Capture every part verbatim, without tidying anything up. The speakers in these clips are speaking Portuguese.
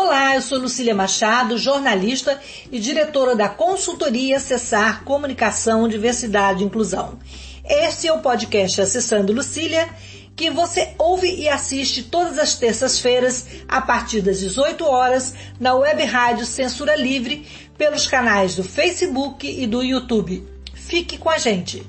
Olá, eu sou Lucília Machado, jornalista e diretora da consultoria Acessar Comunicação, Diversidade e Inclusão. Este é o podcast Acessando Lucília, que você ouve e assiste todas as terças-feiras, a partir das dezoito horas, na web rádio Censura Livre, pelos canais do Facebook e do YouTube. Fique com a gente!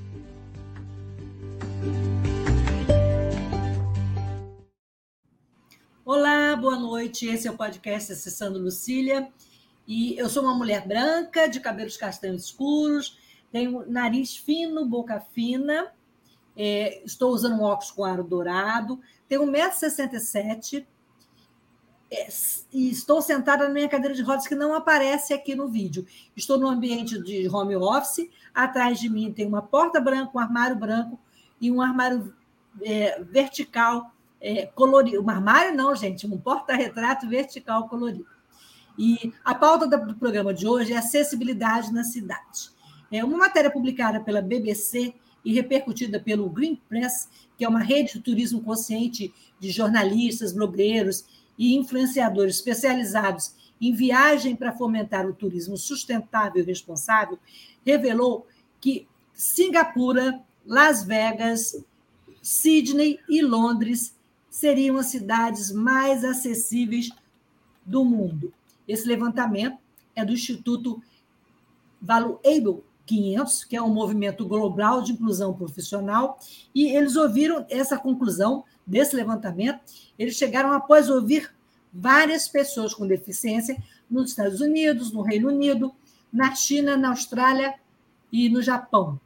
Olá, boa noite. Esse é o podcast Acessando Lucília. E eu sou uma mulher branca, de cabelos castanhos escuros, tenho nariz fino, boca fina, é, estou usando um óculos com aro dourado, tenho um metro e sessenta e sete é, e estou sentada na minha cadeira de rodas, que não aparece aqui no vídeo. Estou no ambiente de home office, atrás de mim tem uma porta branca, um armário branco e um armário é, vertical É, colorido. Um armário não, gente, um porta-retrato vertical colorido. E a pauta do programa de hoje é acessibilidade na cidade. É uma matéria publicada pela B B C e repercutida pelo Green Press, que é uma rede de turismo consciente de jornalistas, blogueiros e influenciadores especializados em viagem para fomentar o turismo sustentável e responsável, revelou que Singapura, Las Vegas, Sydney e Londres seriam as cidades mais acessíveis do mundo. Esse levantamento é do Instituto Valuable quinhentos, que é um movimento global de inclusão profissional, e eles ouviram essa conclusão desse levantamento, eles chegaram após ouvir várias pessoas com deficiência nos Estados Unidos, no Reino Unido, na China, na Austrália e no Japão.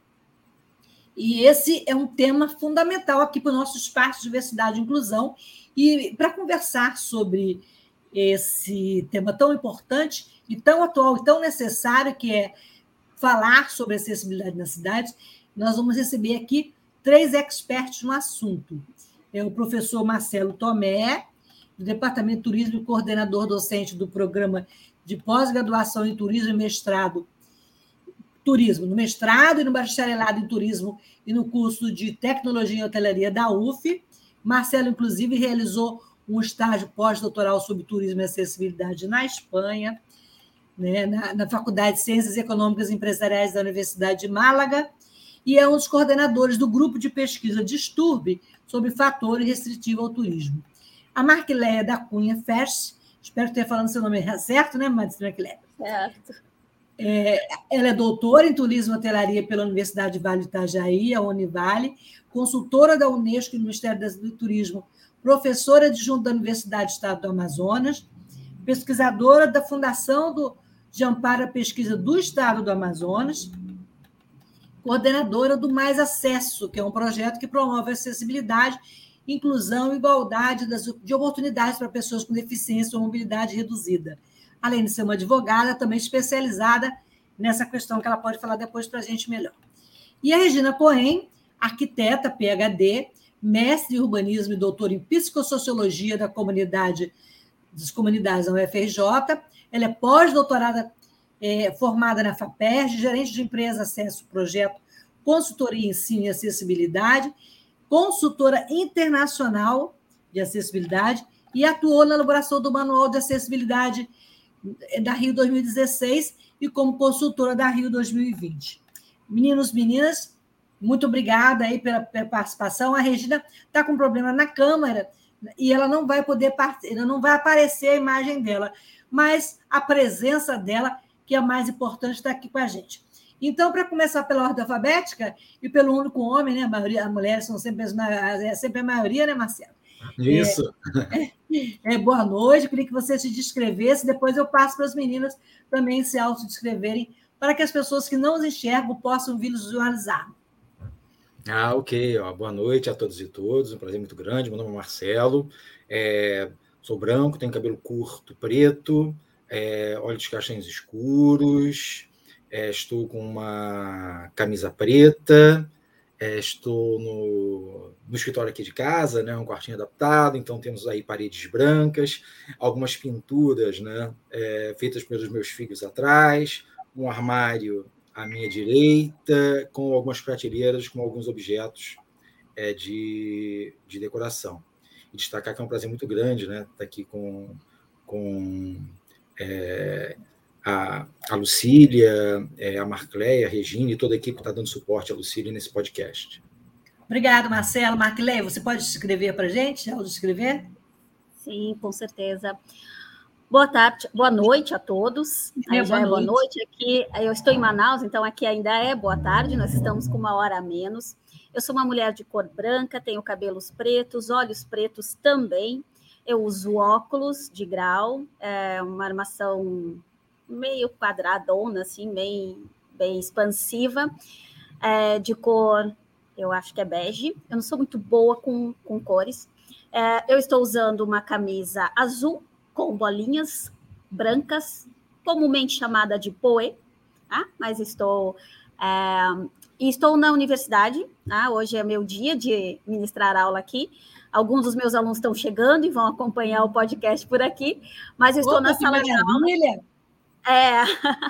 E esse é um tema fundamental aqui para o nosso espaço de diversidade e inclusão. E para conversar sobre esse tema tão importante e tão atual e tão necessário, que é falar sobre acessibilidade na cidade, nós vamos receber aqui três experts no assunto. É o professor Marcelo Tomé, do Departamento de Turismo e coordenador docente do Programa de Pós-Graduação em Turismo e Mestrado Turismo, no mestrado e no bacharelado em turismo e no curso de tecnologia e hotelaria da U F. Marcelo, inclusive, realizou um estágio pós-doutoral sobre turismo e acessibilidade na Espanha, né, na, na Faculdade de Ciências Econômicas e Empresariais da Universidade de Málaga, e é um dos coordenadores do grupo de pesquisa Disturbe sobre fatores restritivos ao turismo. A Marquileia da Cunha Fers, espero ter falando seu nome certo, né, Marquileia? Certo. É, ela é doutora em turismo e hotelaria pela Universidade Vale do Itajaí, a Univale, consultora da Unesco e do Ministério do Turismo, professora adjunta da Universidade do Estado do Amazonas, pesquisadora da Fundação do, de Amparo à Pesquisa do Estado do Amazonas, coordenadora do Mais Acesso, que é um projeto que promove acessibilidade, inclusão e igualdade das, de oportunidades para pessoas com deficiência ou mobilidade reduzida. Além de ser uma advogada, também especializada nessa questão, que ela pode falar depois para a gente melhor. E a Regina Cohen, arquiteta, P H D, mestre em urbanismo e doutora em psicossociologia da comunidade, das comunidades da U F R J. Ela é pós-doutorada, é, formada na FAPERJ, gerente de empresa, acesso, projeto, consultoria, ensino e acessibilidade, consultora internacional de acessibilidade e atuou na elaboração do Manual de Acessibilidade da Rio dois mil e dezesseis e como consultora da Rio dois mil e vinte. Meninos, meninas, muito obrigada aí pela, pela participação. A Regina está com problema na câmera e ela não vai poder, ela não vai aparecer a imagem dela, mas a presença dela, que é mais importante, está aqui com a gente. Então, para começar pela ordem alfabética e pelo único homem, né? A maioria, as mulheres são sempre, as, é sempre a maioria, né, Marcelo? Isso. É, é, boa noite, queria que você se descrevesse, depois eu passo para as meninas também se autodescreverem, para que as pessoas que não os enxergam possam visualizar. Ah, ok. Ó, boa noite a todos e todas, um prazer muito grande. Meu nome é Marcelo, é, sou branco, tenho cabelo curto, preto, é, olhos castanhos escuros, é, estou com uma camisa preta. É, estou no, no escritório aqui de casa, né, um quartinho adaptado, então temos aí paredes brancas, algumas pinturas, né, é, feitas pelos meus filhos atrás, um armário à minha direita, com algumas prateleiras com alguns objetos é, de, de decoração. E destacar que é um prazer muito grande, né, estar aqui com, com é, a, a Lucília, é, a Marcleia, a Regina e toda a equipe que está dando suporte à Lucília nesse podcast. Obrigado, Marcelo. Marcleia, você pode escrever para a gente? Autoescrever? Sim, com certeza. Boa tarde, boa noite a todos. Aí É, já boa é boa noite. noite. Aqui, eu estou em Manaus, então aqui ainda é boa tarde, nós estamos com uma hora a menos. Eu sou uma mulher de cor branca, tenho cabelos pretos, olhos pretos também. Eu uso óculos de grau, é uma armação meio quadradona, assim, bem, bem expansiva, é, de cor, eu acho que é bege. Eu não sou muito boa com, com cores. É, eu estou usando uma camisa azul, com bolinhas brancas, comumente chamada de poê, tá? Mas estou, é, estou na universidade, tá? Hoje é meu dia de ministrar aula aqui. Alguns dos meus alunos estão chegando e vão acompanhar o podcast por aqui, mas eu estou Opa, na sala de aula. É,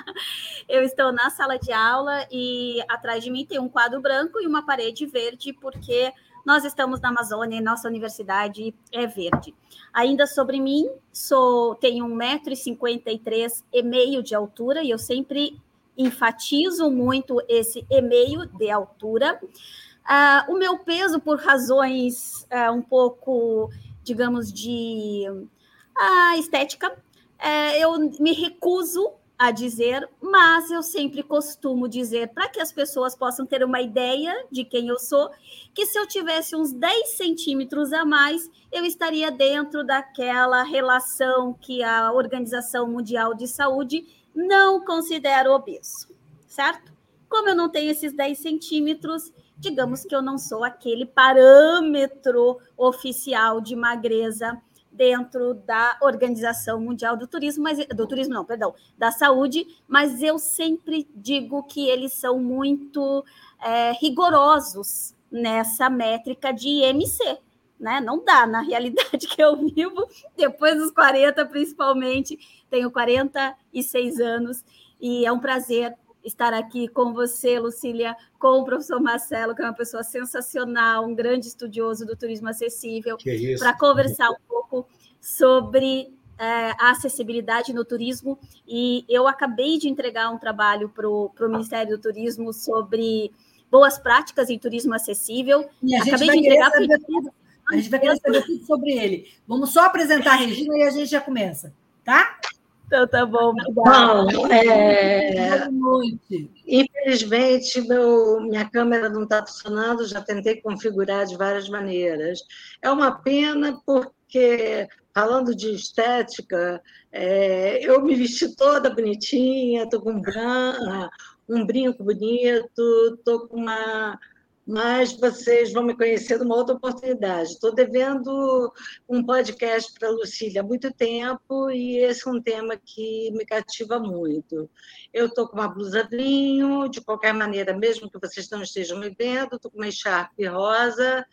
eu estou na sala de aula e atrás de mim tem um quadro branco e uma parede verde, porque nós estamos na Amazônia e nossa universidade é verde. Ainda sobre mim, sou, tenho um metro e cinquenta e três e meio de altura, e eu sempre enfatizo muito esse e meio de altura. Uh, o meu peso, por razões uh, um pouco, digamos, de uh, estética, uh, eu me recuso a dizer, mas eu sempre costumo dizer, para que as pessoas possam ter uma ideia de quem eu sou, que se eu tivesse uns dez centímetros a mais, eu estaria dentro daquela relação que a Organização Mundial de Saúde não considera obeso, certo? Como eu não tenho esses dez centímetros, digamos que eu não sou aquele parâmetro oficial de magreza dentro da Organização Mundial do Turismo, mas, do Turismo não, perdão, da Saúde, mas eu sempre digo que eles são muito é, rigorosos nessa métrica de I M C, né? Não dá, na realidade que eu vivo, depois dos quarenta, principalmente, tenho quarenta e seis anos, e é um prazer estar aqui com você, Lucília, com o professor Marcelo, que é uma pessoa sensacional, um grande estudioso do turismo acessível, para conversar um pouco sobre é, a acessibilidade no turismo. E eu acabei de entregar um trabalho para o Ministério do Turismo sobre boas práticas em turismo acessível. E a gente acabei vai de entregar saber tudo. A gente vai querer saber tudo sobre ele. Vamos só apresentar a Regina e a gente já começa, tá? Então, tá bom. Bom, é... Boa noite. Infelizmente, meu, minha câmera não está funcionando, já tentei configurar de várias maneiras. É uma pena, porque, falando de estética, é, eu me vesti toda bonitinha, estou com um, um brinco bonito, estou com uma... Mas vocês vão me conhecer numa outra oportunidade. Estou devendo um podcast para a Lucília há muito tempo e esse é um tema que me cativa muito. Eu estou com uma blusa vinho, de qualquer maneira, mesmo que vocês não estejam me vendo, estou com uma echarpe rosa.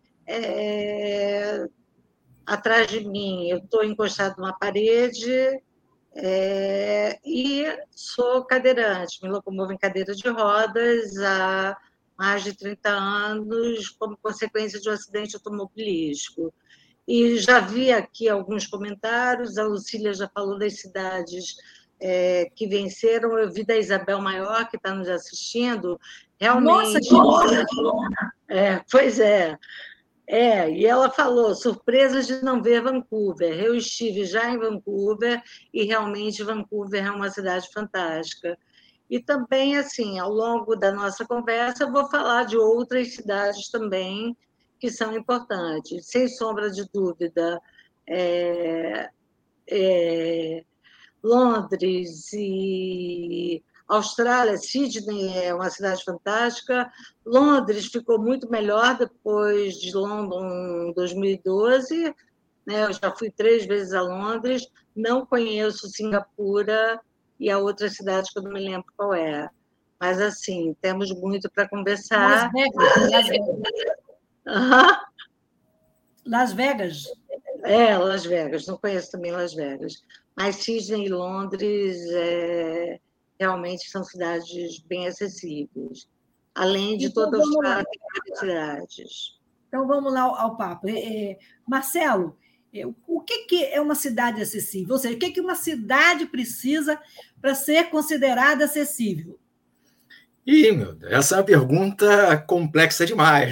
É... Atrás de mim, eu estou encostado numa parede é... e sou cadeirante, me locomovo em cadeira de rodas há mais de trinta anos, como consequência de um acidente automobilístico. E já vi aqui alguns comentários, a Lucília já falou das cidades é, que venceram, eu vi da Isabel Maior, que está nos assistindo, realmente... Nossa, que... é, pois é, é, e ela falou, surpresas de não ver Vancouver. Eu estive já em Vancouver e realmente Vancouver é uma cidade fantástica. E também, assim, ao longo da nossa conversa, eu vou falar de outras cidades também que são importantes. Sem sombra de dúvida, é, é, Londres e Austrália, Sydney é uma cidade fantástica. Londres ficou muito melhor depois de London dois mil e doze. Né? Eu já fui três vezes a Londres, não conheço Singapura e a outra cidade que eu não me lembro qual é. Mas, assim, temos muito para conversar. Las Vegas. Las Vegas. Uhum. Las Vegas. É, Las Vegas. Não conheço também Las Vegas. Mas Sydney e Londres é, realmente são cidades bem acessíveis. Além de então, toda a Austrália e cidades. Então, vamos lá ao, ao papo. É, é, Marcelo, O que, que é uma cidade acessível? Ou seja, o que, que uma cidade precisa para ser considerada acessível? Ih, meu Deus, essa é uma pergunta complexa demais.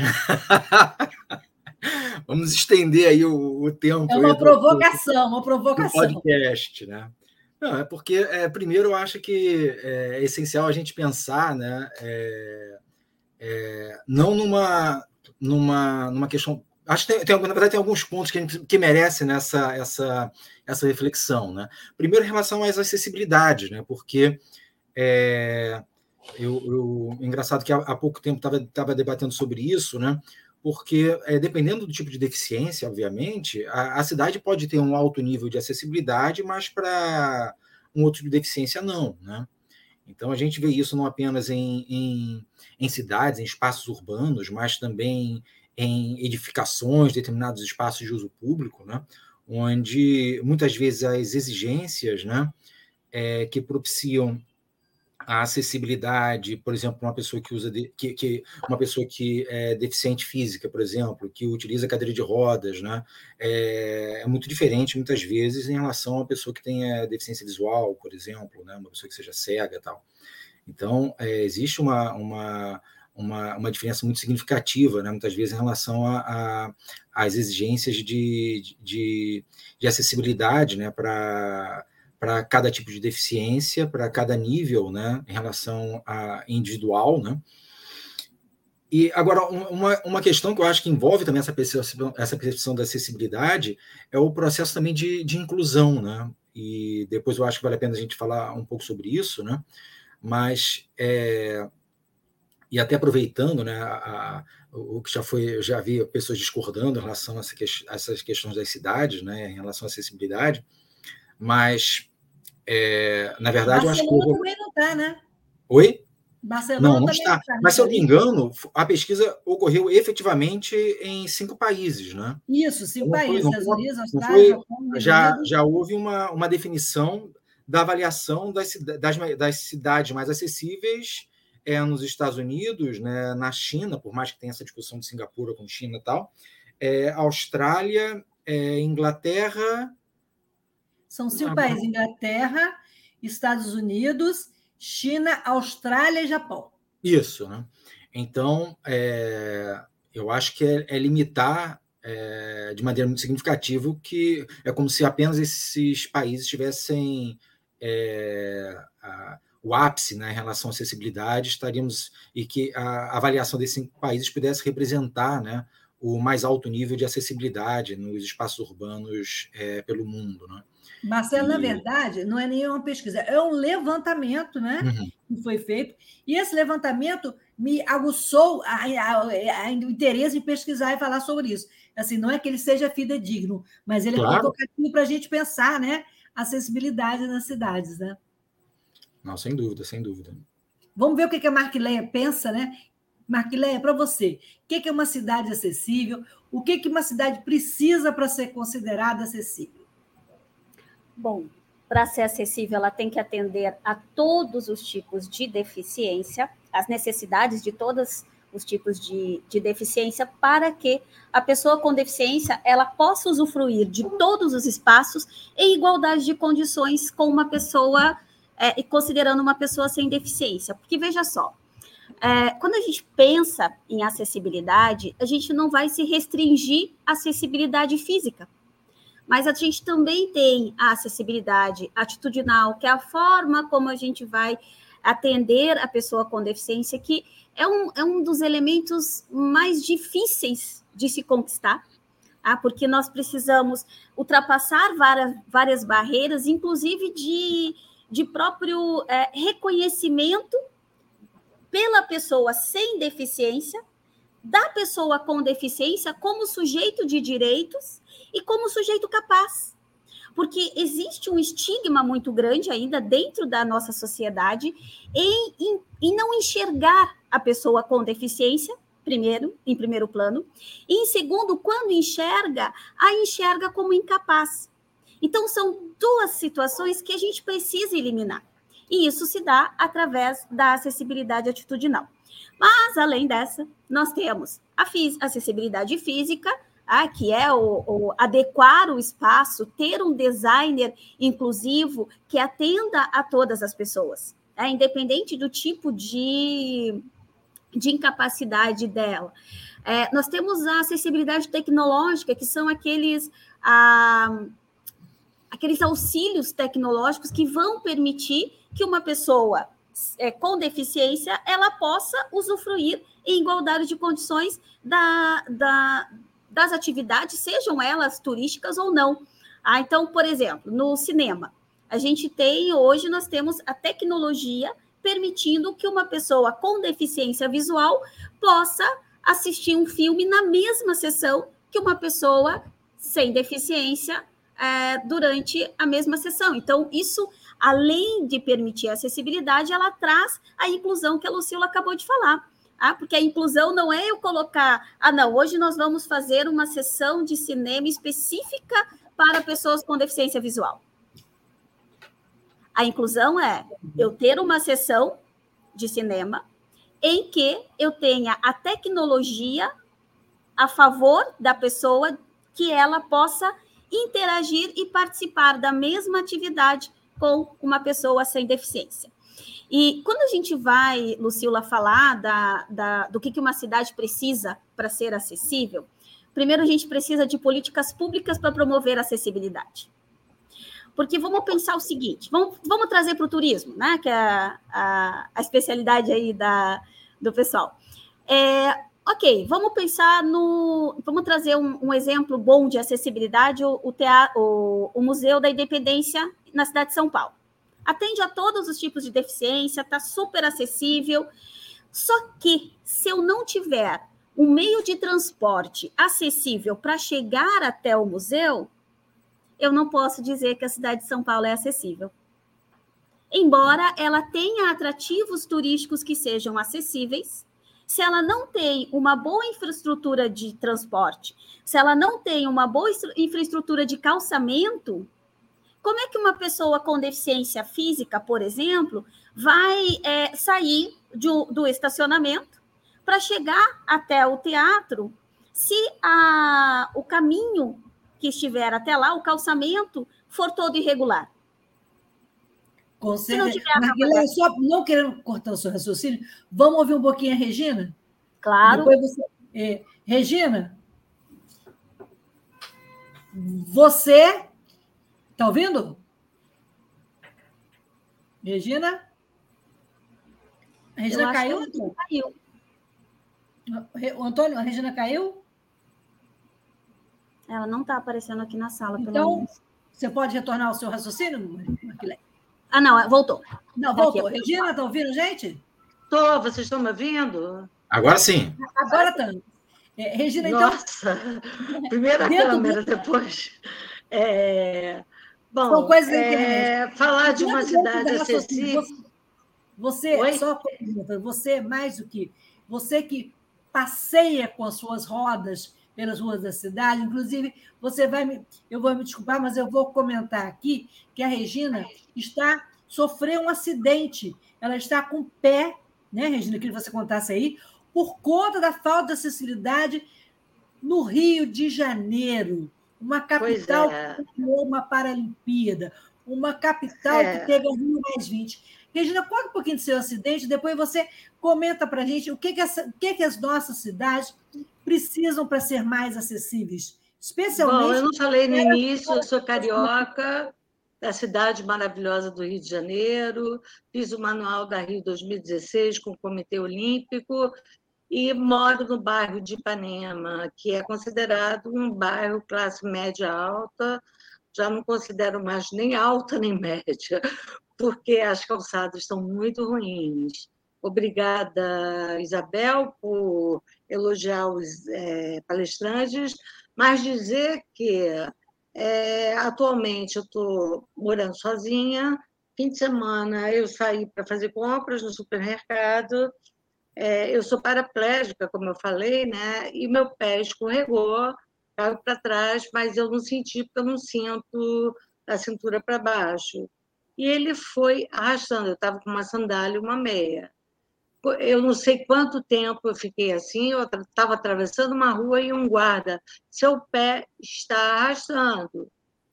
Vamos estender aí o, o tempo. É uma aí provocação, do, uma provocação. do podcast, né? Não, é porque, é, primeiro, eu acho que é essencial a gente pensar, né, é, é, não numa, numa, numa questão... Acho que, tem, tem, na verdade, tem alguns pontos que, a gente, que merecem nessa, essa, essa reflexão. Né? Primeiro, em relação às acessibilidades, né? Porque... É, Eu, eu, engraçado que há, há pouco tempo estava debatendo sobre isso, né? Porque, é, dependendo do tipo de deficiência, obviamente, a, a cidade pode ter um alto nível de acessibilidade, mas para um outro tipo de deficiência, não. Né? Então, a gente vê isso não apenas em, em, em cidades, em espaços urbanos, mas também em edificações, determinados espaços de uso público, né? Onde, muitas vezes, as exigências, né, é, que propiciam a acessibilidade, por exemplo, uma pessoa que usa de, que, que uma pessoa que é deficiente física, por exemplo, que utiliza cadeira de rodas, né, é, é muito diferente muitas vezes em relação a uma pessoa que tenha deficiência visual, por exemplo, né, uma pessoa que seja cega, e tal. Então, é, existe uma, uma uma, uma diferença muito significativa, né, muitas vezes em relação às exigências de, de, de acessibilidade, né, para para cada tipo de deficiência, para cada nível, né, em relação a individual, né. E agora, uma, uma questão que eu acho que envolve também essa percepção, essa percepção da acessibilidade é o processo também de, de inclusão, né, e depois eu acho que vale a pena a gente falar um pouco sobre isso, né, mas, é, e até aproveitando, né, a, a, o que já foi, eu já vi pessoas discordando em relação a, essa, a essas questões das cidades, né, em relação à acessibilidade, mas É, na verdade, Barcelona eu acho que... também não está, né? Oi? Barcelona não, não também está. não está. Mas, se eu não me engano, a pesquisa ocorreu efetivamente em cinco países, né? Isso, cinco não países, foi, Estados não Unidos, não Austrália, foi, Japão, Reino já, Unido. já houve uma, uma definição da avaliação das, das, das cidades mais acessíveis é, nos Estados Unidos, né, na China, por mais que tenha essa discussão de Singapura com China e tal, é, Austrália, é, Inglaterra... São cinco países: Inglaterra, Estados Unidos, China, Austrália e Japão. Isso, né? Então, é, eu acho que é, é limitar é, de maneira muito significativa que é como se apenas esses países tivessem é, a, o ápice, né, em relação à acessibilidade, estaríamos e que a avaliação desses cinco países pudesse representar, né, o mais alto nível de acessibilidade nos espaços urbanos é, pelo mundo, né? Marcelo, e... na verdade, não é nenhuma pesquisa, é um levantamento, né, uhum. que foi feito, e esse levantamento me aguçou a, a, a, o interesse em pesquisar e falar sobre isso. Assim, não é que ele seja fidedigno, mas ele claro. é provocativo para a gente pensar, né, a acessibilidade nas cidades, né? Não, sem dúvida, sem dúvida. Vamos ver o que a Marquileia pensa, né? Marquileia, para você, o que é uma cidade acessível? O que uma cidade precisa para ser considerada acessível? Bom, para ser acessível, ela tem que atender a todos os tipos de deficiência, as necessidades de todos os tipos de, de deficiência, para que a pessoa com deficiência ela possa usufruir de todos os espaços em igualdade de condições com uma pessoa, é, e considerando uma pessoa sem deficiência. Porque, veja só, é, quando a gente pensa em acessibilidade, a gente não vai se restringir à acessibilidade física, mas a gente também tem a acessibilidade atitudinal, que é a forma como a gente vai atender a pessoa com deficiência, que é um, é um dos elementos mais difíceis de se conquistar, tá? Porque nós precisamos ultrapassar várias, várias barreiras, inclusive de, de próprio é, reconhecimento pela pessoa sem deficiência, da pessoa com deficiência como sujeito de direitos e como sujeito capaz. Porque existe um estigma muito grande ainda dentro da nossa sociedade em, em, em não enxergar a pessoa com deficiência, primeiro, em primeiro plano, e em segundo, quando enxerga, a enxerga como incapaz. Então, são duas situações que a gente precisa eliminar. E isso se dá através da acessibilidade atitudinal. Mas, além dessa, nós temos a acessibilidade física, ah, que é o, o adequar o espaço, ter um designer inclusivo que atenda a todas as pessoas, é, independente do tipo de, de incapacidade dela. É, nós temos a acessibilidade tecnológica, que são aqueles, ah, aqueles auxílios tecnológicos que vão permitir que uma pessoa é, com deficiência ela possa usufruir em igualdade de condições da, da, das atividades, sejam elas turísticas ou não. Ah, então, por exemplo, no cinema, a gente tem, hoje nós temos a tecnologia permitindo que uma pessoa com deficiência visual possa assistir um filme na mesma sessão que uma pessoa sem deficiência é, durante a mesma sessão. Então, isso, além de permitir a acessibilidade, ela traz a inclusão que a Lucila acabou de falar. Ah, porque a inclusão não é eu colocar, ah, não, hoje nós vamos fazer uma sessão de cinema específica para pessoas com deficiência visual. A inclusão é eu ter uma sessão de cinema em que eu tenha a tecnologia a favor da pessoa, que ela possa interagir e participar da mesma atividade com uma pessoa sem deficiência. E quando a gente vai, Lucila, falar da, da, do que, que uma cidade precisa para ser acessível, primeiro a gente precisa de políticas públicas para promover a acessibilidade. Porque vamos pensar o seguinte, vamos, vamos trazer para o turismo, né, que é a, a, a especialidade aí da, do pessoal. É, ok, vamos pensar no... Vamos trazer um, um exemplo bom de acessibilidade, o, o, teatro, o, o Museu da Independência na cidade de São Paulo. Atende a todos os tipos de deficiência, está super acessível. Só que, se eu não tiver um meio de transporte acessível para chegar até o museu, eu não posso dizer que a cidade de São Paulo é acessível. Embora ela tenha atrativos turísticos que sejam acessíveis, se ela não tem uma boa infraestrutura de transporte, se ela não tem uma boa infraestrutura de calçamento, como é que uma pessoa com deficiência física, por exemplo, vai é, sair de, do estacionamento para chegar até o teatro se a, o caminho que estiver até lá, o calçamento, for todo irregular? Com certeza. Marguilha, só não querendo cortar o seu raciocínio, vamos ouvir um pouquinho a Regina? Claro. Depois você, é, Regina, você... Está ouvindo? Regina? A Regina caiu? Antônio? Caiu. O Antônio, a Regina caiu? Ela não está aparecendo aqui na sala. Então, você pode retornar ao seu raciocínio, Marquilé? Ah, não, voltou. Não, voltou. Aqui, Regina, está ouvindo, gente? Estou, vocês estão me ouvindo? Agora sim. Agora estamos. É, Regina, Nossa, então... primeira câmera, do... depois... É... Bom, São coisas da é, falar de uma cidade acessível... Você, Oi? Só você mais do que... Você que passeia com as suas rodas pelas ruas da cidade, inclusive, você vai me... Eu vou me desculpar, mas eu vou comentar aqui que a Regina está... sofreu um acidente. Ela está com o pé, né, Regina, queria que você contasse aí, por conta da falta de acessibilidade no Rio de Janeiro. Uma capital é. que criou uma Paralimpíada, uma capital é. que teve a Rio mais vinte. Regina, conta um pouquinho do seu acidente, depois você comenta para a gente o que, que, essa, o que, que as nossas cidades precisam para ser mais acessíveis. Especialmente... Bom, eu não falei no início, eu sou carioca, da cidade maravilhosa do Rio de Janeiro, fiz o Manual da Rio dois mil e dezesseis com o Comitê Olímpico, e moro no bairro de Ipanema, que é considerado um bairro classe média alta, já não considero mais nem alta nem média, porque as calçadas estão muito ruins. Obrigada, Isabel, por elogiar os é, palestrantes, mas dizer que, é, atualmente, eu estou morando sozinha, fim de semana eu saí para fazer compras no supermercado. É, eu sou paraplégica, como eu falei, né? E meu pé escorregou, caiu para trás, mas eu não senti, porque eu não sinto da cintura para baixo. E ele foi arrastando, eu estava com uma sandália e uma meia. eu não sei quanto tempo eu fiquei assim, eu estava atravessando uma rua e um guarda, seu pé está arrastando.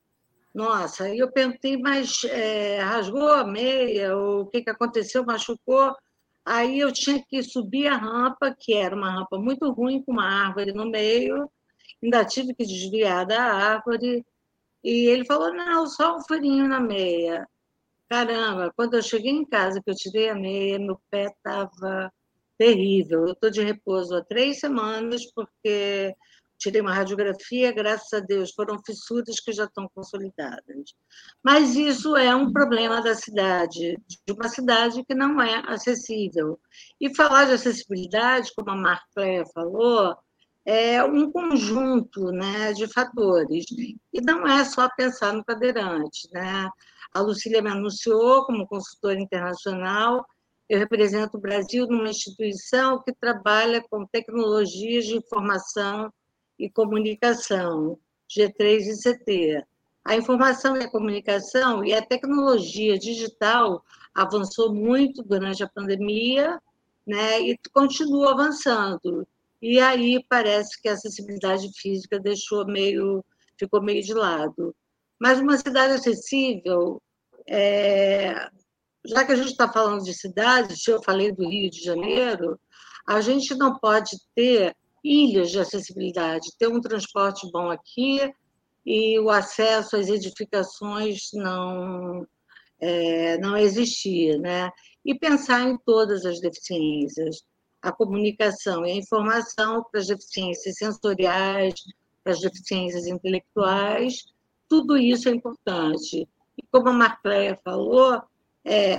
Nossa, aí eu perguntei, mas é, rasgou a meia, ou o que, que aconteceu, machucou? Aí eu tinha que subir a rampa, que era uma rampa muito ruim, com uma árvore no meio, ainda tive que desviar da árvore, e ele falou, não, só um furinho na meia. Caramba, quando eu cheguei em casa, que eu tirei a meia, meu pé estava terrível. Eu estou de repouso há três semanas, porque tirei uma radiografia, graças a Deus, foram fissuras que já estão consolidadas. Mas isso é um problema da cidade, de uma cidade que não é acessível. E falar de acessibilidade, como a Marcléia falou, é um conjunto, né, de fatores. E não é só pensar no cadeirante, né? A Lucília me anunciou como consultora internacional. Eu represento o Brasil numa instituição que trabalha com tecnologias de informação e comunicação, G três I C T. A informação e a comunicação e a tecnologia digital avançou muito durante a pandemia, né, e continua avançando. E aí parece que a acessibilidade física deixou meio, ficou meio de lado. Mas uma cidade acessível, é, já que a gente está falando de cidades, eu falei do Rio de Janeiro, a gente não pode ter ilhas de acessibilidade, ter um transporte bom aqui e o acesso às edificações não, é, não existir, né? E pensar em todas as deficiências, a comunicação e a informação para as deficiências sensoriais, para as deficiências intelectuais, tudo isso é importante. E como a Marcléia falou, é,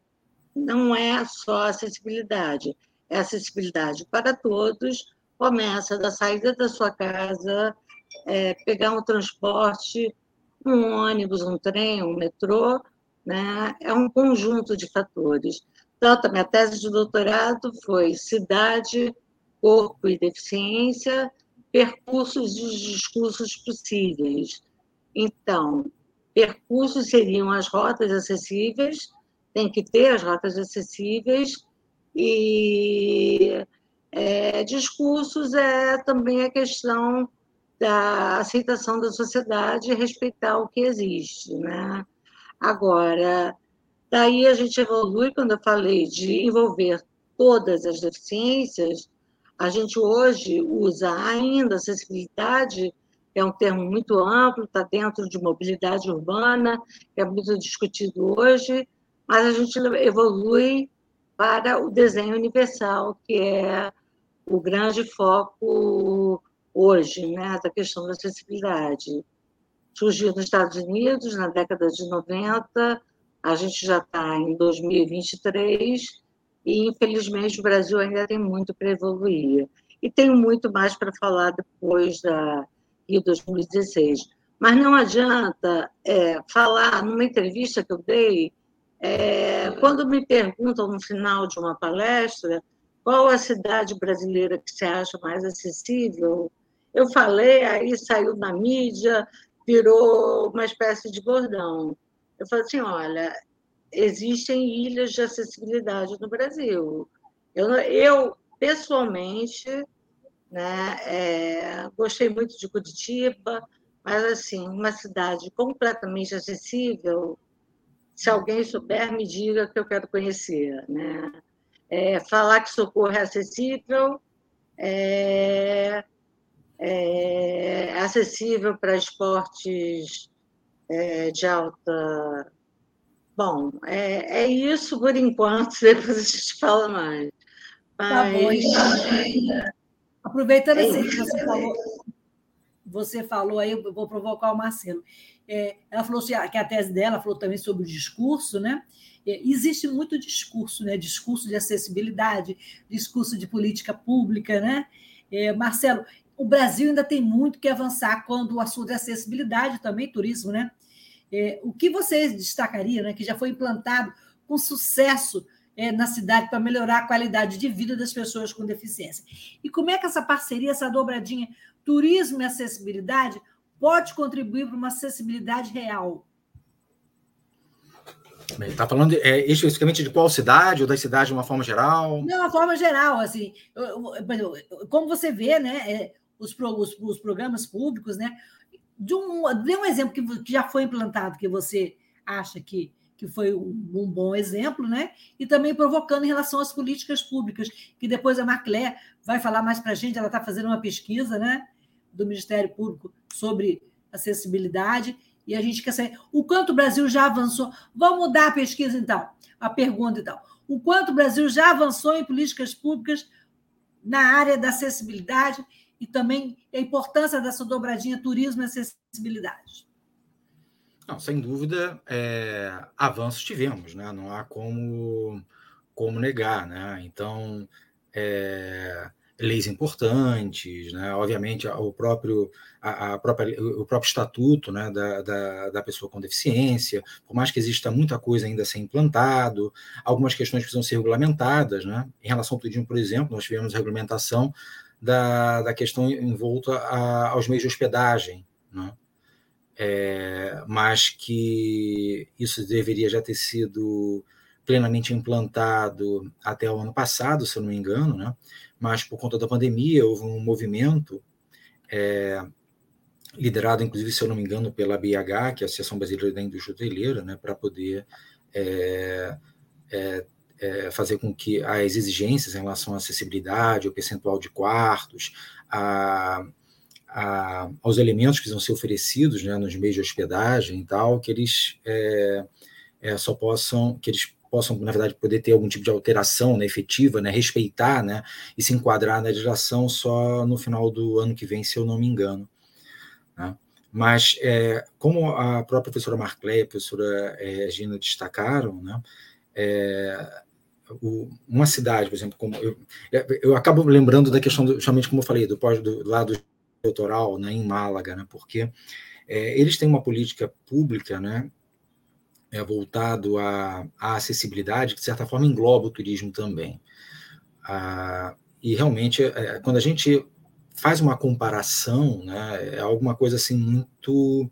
não é só acessibilidade, é acessibilidade para todos, começa da saída da sua casa, é, pegar um transporte, um ônibus, um trem, um metrô, né? É um conjunto de fatores. Tanto a minha tese de doutorado foi cidade, corpo e deficiência, percursos e discursos possíveis. Então, percursos seriam as rotas acessíveis, tem que ter as rotas acessíveis, e é, discursos é também a questão da aceitação da sociedade e respeitar o que existe, né? Agora, daí a gente evolui, quando eu falei de envolver todas as deficiências, a gente hoje usa ainda acessibilidade, que é um termo muito amplo, está dentro de mobilidade urbana, que é muito discutido hoje, mas a gente evolui para o desenho universal, que é o grande foco hoje, né, da questão da acessibilidade. Surgiu nos Estados Unidos na década de noventa, a gente já está em dois mil e vinte e três, e, infelizmente, o Brasil ainda tem muito para evoluir. E tenho muito mais para falar depois da Rio dois mil e dezesseis. Mas não adianta é, falar numa entrevista que eu dei, é, quando me perguntam no final de uma palestra qual a cidade brasileira que você acha mais acessível, eu falei, aí saiu na mídia, virou uma espécie de bordão. Eu falei assim, olha, existem ilhas de acessibilidade no Brasil. Eu, eu pessoalmente, né, é, gostei muito de Curitiba, mas, assim, uma cidade completamente acessível, se alguém souber, me diga que eu quero conhecer, né? É, falar que Socorro é acessível, é, é acessível para esportes é, de alta... Bom, é, é isso por enquanto, depois a gente fala mais. Mas... Tá bom, então. Aproveitando é assim que você falou, você falou aí, eu vou provocar o Marcelo. É, ela falou assim, que a tese dela falou também sobre o discurso, né? É, existe muito discurso, né? Discurso de acessibilidade, discurso de política pública, né? É, Marcelo, o Brasil ainda tem muito que avançar quando o assunto é acessibilidade também, turismo, né? É, o que você destacaria, né, que já foi implantado com sucesso é, na cidade para melhorar a qualidade de vida das pessoas com deficiência? E como é que essa parceria, essa dobradinha turismo e acessibilidade pode contribuir para uma acessibilidade real? Está falando é, especificamente de qual cidade, ou das cidades de uma forma geral? Não, de uma forma geral, assim, eu, eu, como você vê, né, é, os, pro, os, os programas públicos, né, de um, dê um exemplo que, que já foi implantado, que você acha que, que foi um, um bom exemplo, né, e também provocando em relação às políticas públicas, que depois a Marclé vai falar mais para a gente, ela está fazendo uma pesquisa, né, do Ministério Público sobre acessibilidade, e a gente quer saber o quanto o Brasil já avançou. Vamos mudar a pesquisa, então, a pergunta, então. O quanto o Brasil já avançou em políticas públicas na área da acessibilidade e também a importância dessa dobradinha turismo e acessibilidade. Não, sem dúvida, é, avanços tivemos, né? Não há como, como negar, né? Então, é, leis importantes, né? Obviamente, o próprio, a, a própria, o próprio estatuto, né? da, da, da pessoa com deficiência, por mais que exista muita coisa ainda a ser implantado, algumas questões precisam ser regulamentadas, né? Em relação ao turismo, por exemplo, nós tivemos a regulamentação da, da questão envolta a, aos meios de hospedagem, né? É, mas que isso deveria já ter sido plenamente implantado até o ano passado, se eu não me engano, né? Mas por conta da pandemia houve um movimento é, liderado, inclusive, se eu não me engano, pela A B H, que é a Associação Brasileira da Indústria Hoteleira, né? Para poder é, é, é, fazer com que as exigências em relação à acessibilidade, ao percentual de quartos, a A, aos elementos que vão ser oferecidos, né, nos meios de hospedagem e tal, que eles é, é, só possam, que eles possam, na verdade, poder ter algum tipo de alteração, né, efetiva, né, respeitar, né, e se enquadrar na legislação só no final do ano que vem, se eu não me engano, né? Mas, é, como a própria professora Marclé e a professora é, Gina destacaram, né, é, o, uma cidade, por exemplo, como eu, eu acabo lembrando da questão, do, justamente como eu falei, do, do lado doutoral, né, em Málaga, né, porque é, eles têm uma política pública, né, é, voltado à, à acessibilidade, que de certa forma engloba o turismo também. Ah, e realmente, é, quando a gente faz uma comparação, né, é alguma coisa assim muito,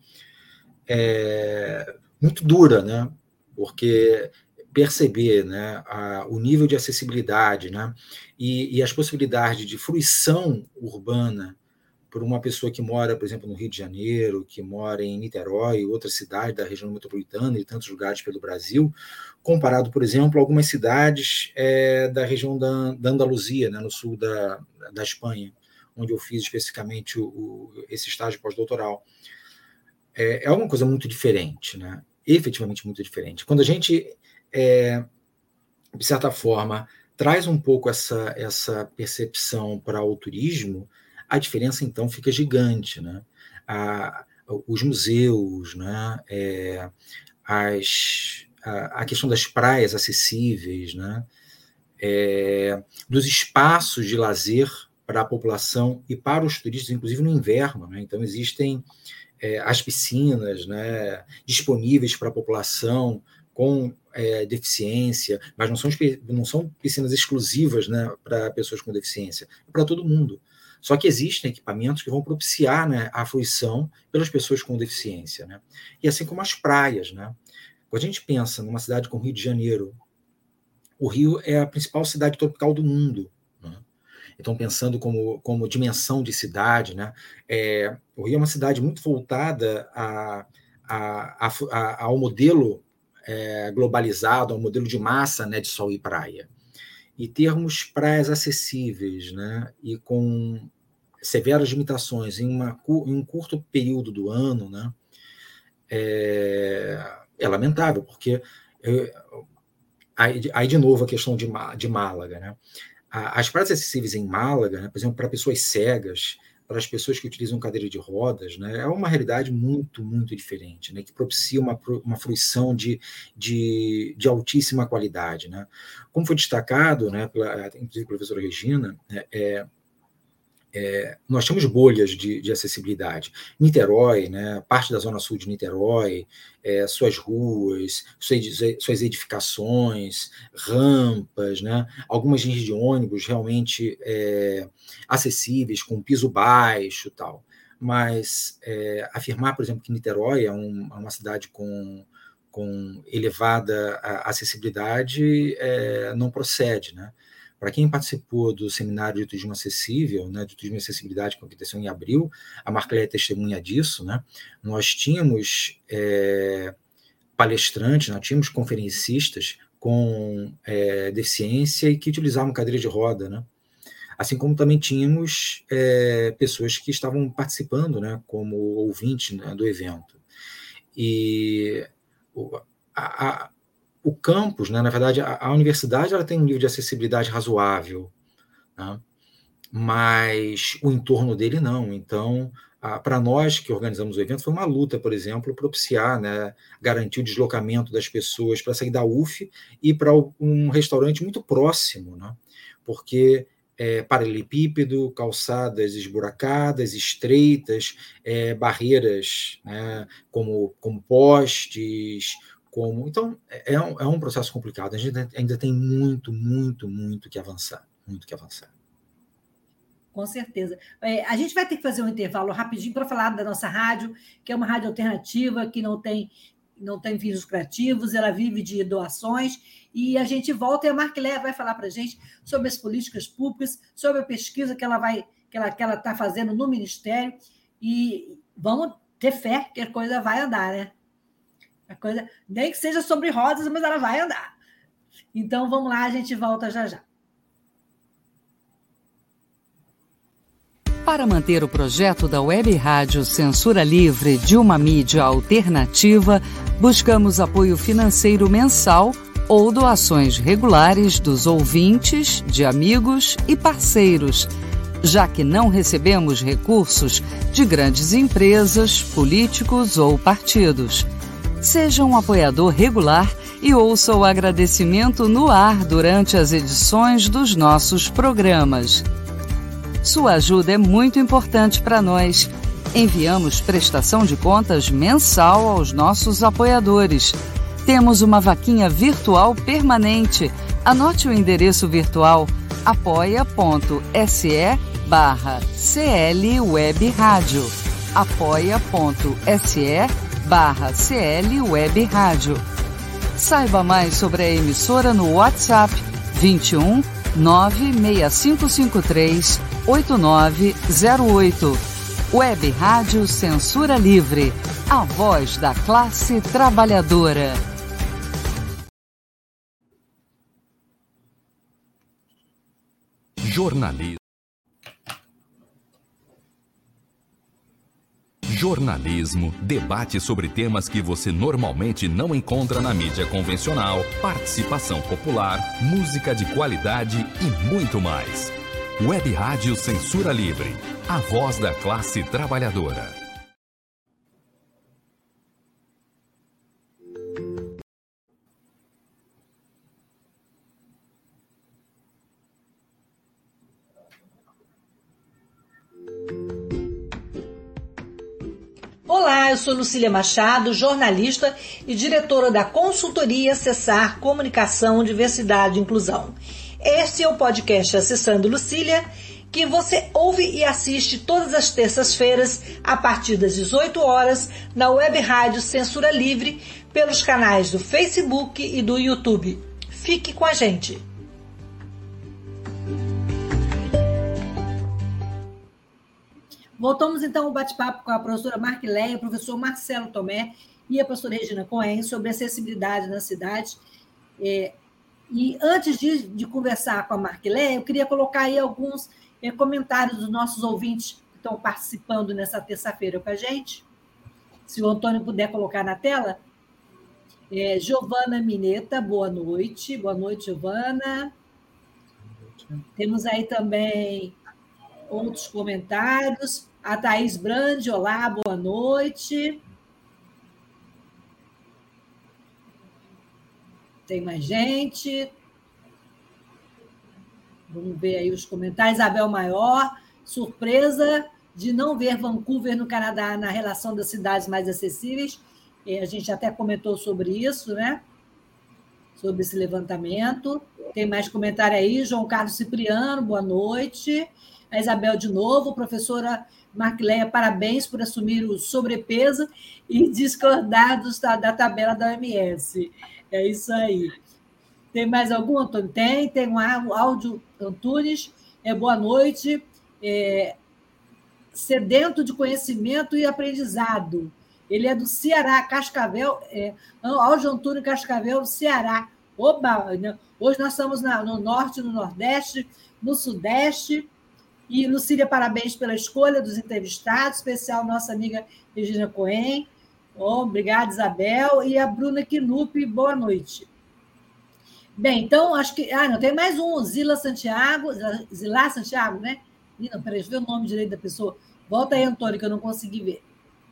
é, muito dura, né, porque perceber, né, a, o nível de acessibilidade, né, e, e as possibilidades de fruição urbana por uma pessoa que mora, por exemplo, no Rio de Janeiro, que mora em Niterói, outra cidade da região metropolitana e tantos lugares pelo Brasil, comparado, por exemplo, a algumas cidades é, da região da, da Andaluzia, né, no sul da, da Espanha, onde eu fiz especificamente o, o, esse estágio pós-doutoral. É, é uma coisa muito diferente, né? Efetivamente muito diferente. Quando a gente, é, de certa forma, traz um pouco essa, essa percepção para o turismo, a diferença, então, fica gigante, né? A, os museus, né? É, as, a, a questão das praias acessíveis, né? É, dos espaços de lazer para a população e para os turistas, inclusive no inverno, né? Então, existem é, as piscinas, né? Disponíveis para a população com é, deficiência, mas não são, não são piscinas exclusivas, né? Para pessoas com deficiência, é para todo mundo. Só que existem equipamentos que vão propiciar, né, a fruição pelas pessoas com deficiência, né? E assim como as praias, né? Quando a gente pensa numa cidade como o Rio de Janeiro, o Rio é a principal cidade tropical do mundo, né? Então, pensando como, como dimensão de cidade, né, é, o Rio é uma cidade muito voltada a, a, a, a, ao modelo é, globalizado, ao modelo de massa, né, de sol e praia. E termos praias acessíveis, né, e com severas limitações em, uma, em um curto período do ano, né, é, é lamentável, porque é, aí, aí, de novo, a questão de, de Málaga, né? As praias acessíveis em Málaga, né, por exemplo, para pessoas cegas, para as pessoas que utilizam cadeira de rodas, né, é uma realidade muito, muito diferente, né, que propicia uma, uma fruição de, de, de altíssima qualidade, né. Como foi destacado, né, pela, inclusive pela professora Regina, é, é, nós temos bolhas de, de acessibilidade. Niterói, né, parte da zona sul de Niterói, é, suas ruas, suas, suas edificações, rampas, né, algumas linhas de ônibus realmente é, acessíveis, com piso baixo e tal. Mas é, afirmar, por exemplo, que Niterói é um, uma cidade com, com elevada acessibilidade é, não procede, né? Para quem participou do seminário de turismo acessível, né, de turismo e acessibilidade que aconteceu em abril, a Marcleia é testemunha disso, né? Nós tínhamos é, palestrantes, nós tínhamos conferencistas com é, deficiência e que utilizavam cadeira de roda, né? Assim como também tínhamos é, pessoas que estavam participando, né, como ouvintes, né, do evento. E o, a, a, o campus, né, na verdade, a, a universidade ela tem um nível de acessibilidade razoável, né, mas o entorno dele não. Então, para nós que organizamos o evento, foi uma luta, por exemplo, propiciar, né, garantir o deslocamento das pessoas para sair da U F e para um restaurante muito próximo, né, porque é, paralelepípedo, calçadas esburacadas, estreitas, é, barreiras, né, como, como postes, como... Então, é um, é um processo complicado. A gente ainda tem muito, muito, muito que avançar, muito que avançar. Com certeza. É, a gente vai ter que fazer um intervalo rapidinho para falar da nossa rádio, que é uma rádio alternativa, que não tem, não tem fins lucrativos, ela vive de doações, e a gente volta e a Marcleia vai falar para a gente sobre as políticas públicas, sobre a pesquisa que ela vai, que ela que ela está fazendo no Ministério, e vamos ter fé que a coisa vai andar, né? A coisa, nem que seja sobre rodas, mas ela vai andar. Então, vamos lá, a gente volta já já. Para manter o projeto da Web Rádio Censura Livre de uma mídia alternativa, buscamos apoio financeiro mensal ou doações regulares dos ouvintes, de amigos e parceiros, já que não recebemos recursos de grandes empresas, políticos ou partidos. Seja um apoiador regular e ouça o agradecimento no ar durante as edições dos nossos programas. Sua ajuda é muito importante para nós. Enviamos prestação de contas mensal aos nossos apoiadores. Temos uma vaquinha virtual permanente. Anote o endereço virtual apoia.se barra CL Web Rádio. apoia.se barra CL Web Rádio. Saiba mais sobre a emissora no WhatsApp vinte e um, nove seis cinco cinco três, oito nove zero oito. Web Rádio Censura Livre, a voz da classe trabalhadora. Jornalismo. Jornalismo, debate sobre temas que você normalmente não encontra na mídia convencional, participação popular, música de qualidade e muito mais. Web Rádio Censura Livre, a voz da classe trabalhadora. Olá, eu sou Lucília Machado, jornalista e diretora da consultoria Acessar Comunicação, Diversidade e Inclusão. Este é o podcast Acessando Lucília, que você ouve e assiste todas as terças-feiras, a partir das dezoito horas, na Web Rádio Censura Livre, pelos canais do Facebook e do YouTube. Fique com a gente! Voltamos então ao bate-papo com a professora Marcleia, o professor Marcelo Tomé e a professora Regina Cohen sobre acessibilidade na cidade. É, e antes de, de conversar com a Marcleia, eu queria colocar aí alguns é, comentários dos nossos ouvintes que estão participando nessa terça-feira com a gente. Se o Antônio puder colocar na tela. É, Giovana Mineta, boa noite. Boa noite, Giovana. Temos aí também outros comentários. A Thaís Brandi, olá, boa noite. Tem mais gente. Vamos ver aí os comentários. Isabel Maior, surpresa de não ver Vancouver no Canadá na relação das cidades mais acessíveis. A gente até comentou sobre isso, né? sobre esse levantamento. Tem mais comentário aí, João Carlos Cipriano, boa noite. A Isabel de novo, professora Marquileia, parabéns por assumir o sobrepeso e discordar da, da tabela da O M S. É isso aí. Tem mais algum, Antônio? Tem, tem um áudio, Antunes. É, boa noite. É, sedento de conhecimento e aprendizado. Ele é do Ceará, Cascavel, é, áudio Antônio Cascavel, Ceará. Oba! Hoje nós estamos na, no norte, no nordeste, no sudeste. E, Lucília, parabéns pela escolha dos entrevistados, especial nossa amiga Regina Cohen. Oh, obrigada, Isabel. E a Bruna Quinupe, boa noite. Bem, então, acho que... Ah, não, tem mais um, Zila Santiago, Zila Santiago, né? Ih, não, peraí, deixa eu ver o nome direito da pessoa. Volta aí, Antônio, que eu não consegui ver.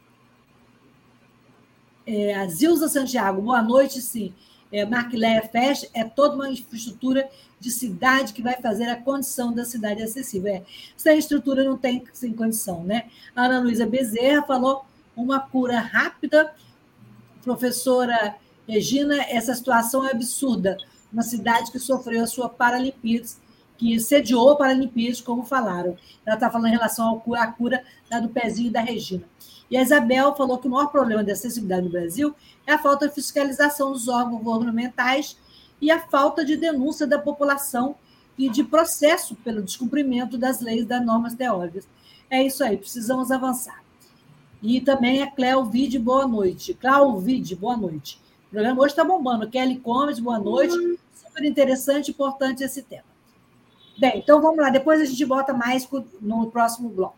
É, a Zilza Santiago, boa noite, sim. É, Marquileia Fest é toda uma infraestrutura de cidade que vai fazer a condição da cidade acessível. É, sem estrutura não tem sem condição, né? A Ana Luísa Bezerra falou uma cura rápida. Professora Regina, essa situação é absurda. Uma cidade que sofreu a sua Paralimpíadas, que sediou a Paralimpíadas, como falaram. Ela está falando em relação à cura da do pezinho da Regina. E a Isabel falou que o maior problema da acessibilidade no Brasil é a falta de fiscalização dos órgãos governamentais e a falta de denúncia da população e de processo pelo descumprimento das leis e das normas teóricas. É isso aí, precisamos avançar. E também a Cleovide, boa noite. Cleovide, boa noite. O programa hoje está bombando. Kelly Gomes, boa noite. Super interessante e importante esse tema. Bem, então vamos lá. Depois a gente bota mais no próximo bloco.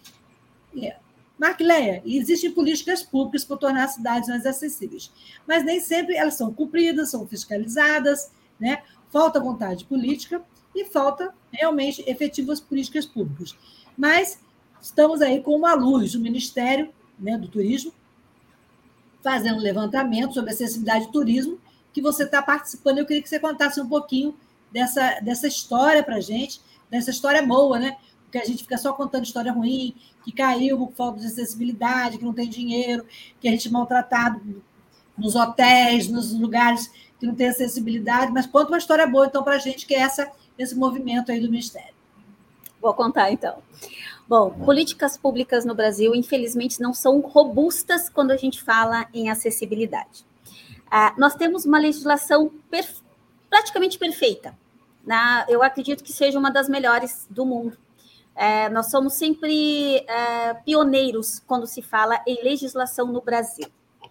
Yeah. Marquileia, existem políticas públicas para tornar as cidades mais acessíveis, mas nem sempre elas são cumpridas, são fiscalizadas, né? Falta vontade política e falta realmente efetivas políticas públicas. Mas estamos aí com uma luz do Ministério, né, do Turismo, fazendo um levantamento sobre acessibilidade do turismo, que você está participando. Eu queria que você contasse um pouquinho dessa, dessa história para a gente, dessa história boa, né? Porque a gente fica só contando história ruim, que caiu por falta de acessibilidade, que não tem dinheiro, que a gente é maltratado nos hotéis, nos lugares que não tem acessibilidade, mas conta uma história boa, então, para a gente, que é essa, esse movimento aí do Ministério. Vou contar, então. Bom, políticas públicas no Brasil, infelizmente, não são robustas quando a gente fala em acessibilidade. Ah, nós temos uma legislação perfe- praticamente perfeita. Na, eu acredito que seja uma das melhores do mundo. É, nós somos sempre é, pioneiros quando se fala em legislação no Brasil.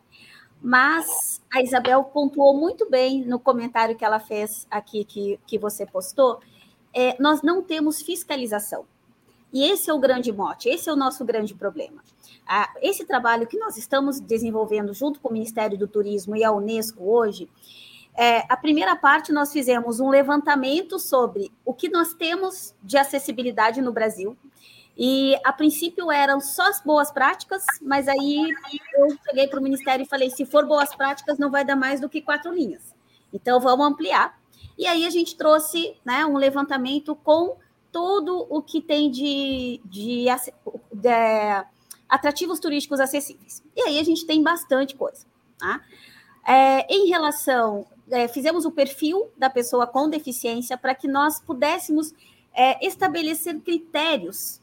Mas a Isabel pontuou muito bem no comentário que ela fez aqui, que, que você postou, é, nós não temos fiscalização. E esse é o grande mote, esse é o nosso grande problema. Ah, esse trabalho que nós estamos desenvolvendo junto com o Ministério do Turismo e a Unesco hoje, É, a primeira parte, nós fizemos um levantamento sobre o que nós temos de acessibilidade no Brasil. E, a princípio, eram só as boas práticas, mas aí eu cheguei para o Ministério e falei, se for boas práticas, não vai dar mais do que quatro linhas. Então, vamos ampliar. E aí a gente trouxe, né, um levantamento com todo o que tem de, de, de atrativos turísticos acessíveis. E aí a gente tem bastante coisa, tá? É, em relação... É, fizemos o perfil da pessoa com deficiência para que nós pudéssemos é, estabelecer critérios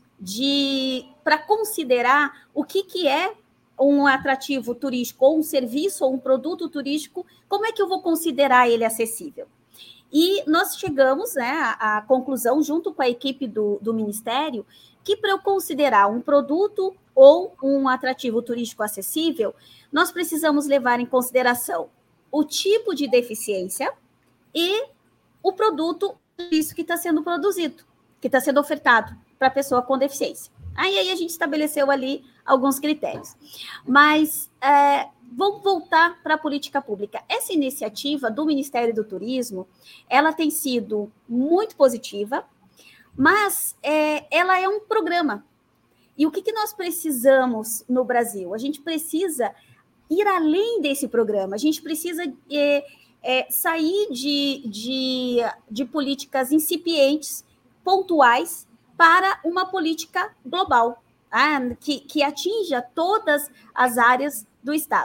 para considerar o que, que é um atrativo turístico, ou um serviço, ou um produto turístico, como é que eu vou considerar ele acessível? E nós chegamos, né, à, à conclusão, junto com a equipe do, do Ministério, que para eu considerar um produto ou um atrativo turístico acessível, nós precisamos levar em consideração o tipo de deficiência e o produto isso que está sendo produzido, que está sendo ofertado para a pessoa com deficiência. Aí, aí a gente estabeleceu ali alguns critérios. Mas é, vamos voltar para a política pública. Essa iniciativa do Ministério do Turismo, ela tem sido muito positiva, mas é, ela é um programa. E o que, que nós precisamos no Brasil? A gente precisa ir além desse programa. A gente precisa é, é, sair de, de, de políticas incipientes, pontuais, para uma política global, tá? que, que atinja todas as áreas do Estado.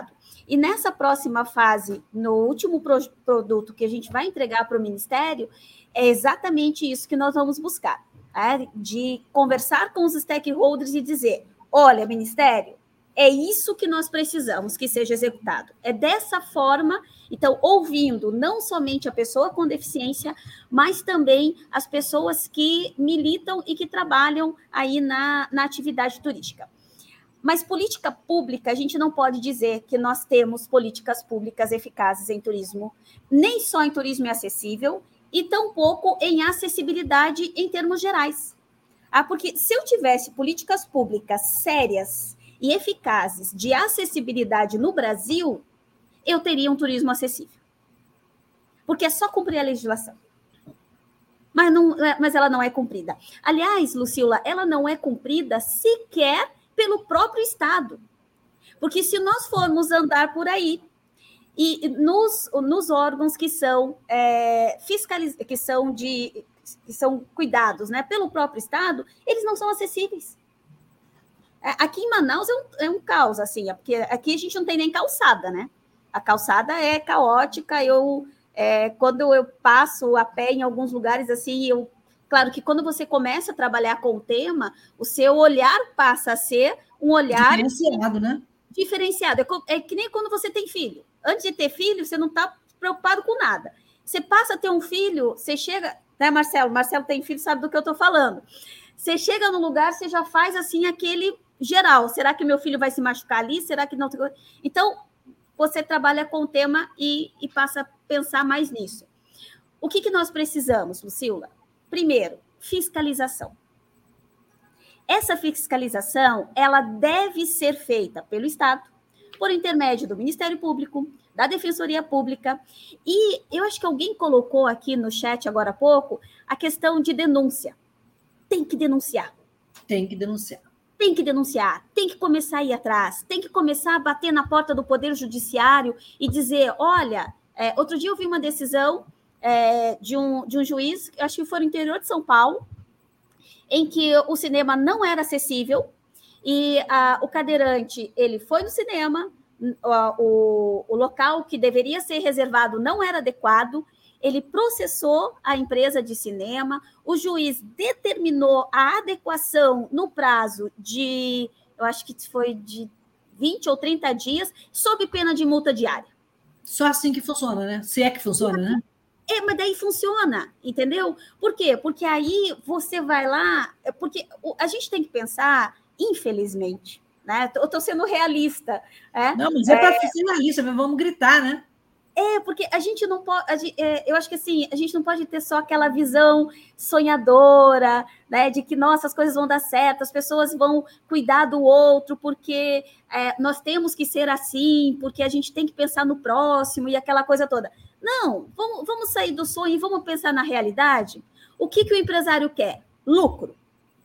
E nessa próxima fase, no último pro- produto que a gente vai entregar para o Ministério, é exatamente isso que nós vamos buscar, né? De conversar com os stakeholders e dizer, olha, Ministério, é isso que nós precisamos que seja executado. É dessa forma, então, ouvindo não somente a pessoa com deficiência, mas também as pessoas que militam e que trabalham aí na, na atividade turística. Mas política pública, a gente não pode dizer que nós temos políticas públicas eficazes em turismo, nem só em turismo acessível, e tampouco em acessibilidade em termos gerais. Ah, porque se eu tivesse políticas públicas sérias e eficazes de acessibilidade no Brasil, eu teria um turismo acessível. Porque é só cumprir a legislação. Mas, não, mas ela não é cumprida. Aliás, Lucila, ela não é cumprida sequer pelo próprio Estado. Porque se nós formos andar por aí, e nos, nos órgãos que são é, fiscaliz... que são de que são cuidados, né, pelo próprio Estado, eles não são acessíveis. Aqui em Manaus é um, é um caos, assim, porque aqui a gente não tem nem calçada, né? A calçada é caótica, eu, é, quando eu passo a pé em alguns lugares, assim, eu, claro que quando você começa a trabalhar com o tema, o seu olhar passa a ser um olhar... Diferenciado, né? Diferenciado. É, é que nem quando você tem filho. Antes de ter filho, você não está preocupado com nada. Você passa a ter um filho, você chega... Né, Marcelo? Marcelo tem filho, sabe do que eu estou falando. Você chega no lugar, você já faz, assim, aquele... geral, será que meu filho vai se machucar ali? Será que não? Então, você trabalha com o tema e, e passa a pensar mais nisso. O que, que nós precisamos, Lucila? Primeiro, fiscalização. Essa fiscalização, ela deve ser feita pelo Estado, por intermédio do Ministério Público, da Defensoria Pública, e eu acho que alguém colocou aqui no chat agora há pouco a questão de denúncia. Tem que denunciar. Tem que denunciar. Tem que denunciar, tem que começar a ir atrás, tem que começar a bater na porta do Poder Judiciário e dizer, olha, é, outro dia eu vi uma decisão é, de, um, de um juiz, acho que foi no interior de São Paulo, em que o cinema não era acessível e a, o cadeirante, ele foi no cinema, o, o local que deveria ser reservado não era adequado, ele processou a empresa de cinema, o juiz determinou a adequação no prazo de, eu acho que foi de vinte ou trinta dias, sob pena de multa diária. Só assim que funciona, né? Se é que funciona, né? É, mas daí funciona, entendeu? Por quê? Porque aí você vai lá... Porque a gente tem que pensar, infelizmente, né? Eu estou sendo realista. É? Não, mas é para é... ser realista, vamos gritar, né? É, porque a gente não pode... A gente, é, eu acho que assim, a gente não pode ter só aquela visão sonhadora, né? De que, nossa, as coisas vão dar certo, as pessoas vão cuidar do outro, porque é, nós temos que ser assim, porque a gente tem que pensar no próximo e aquela coisa toda. Não, vamos, vamos sair do sonho e vamos pensar na realidade. O que, que o empresário quer? Lucro.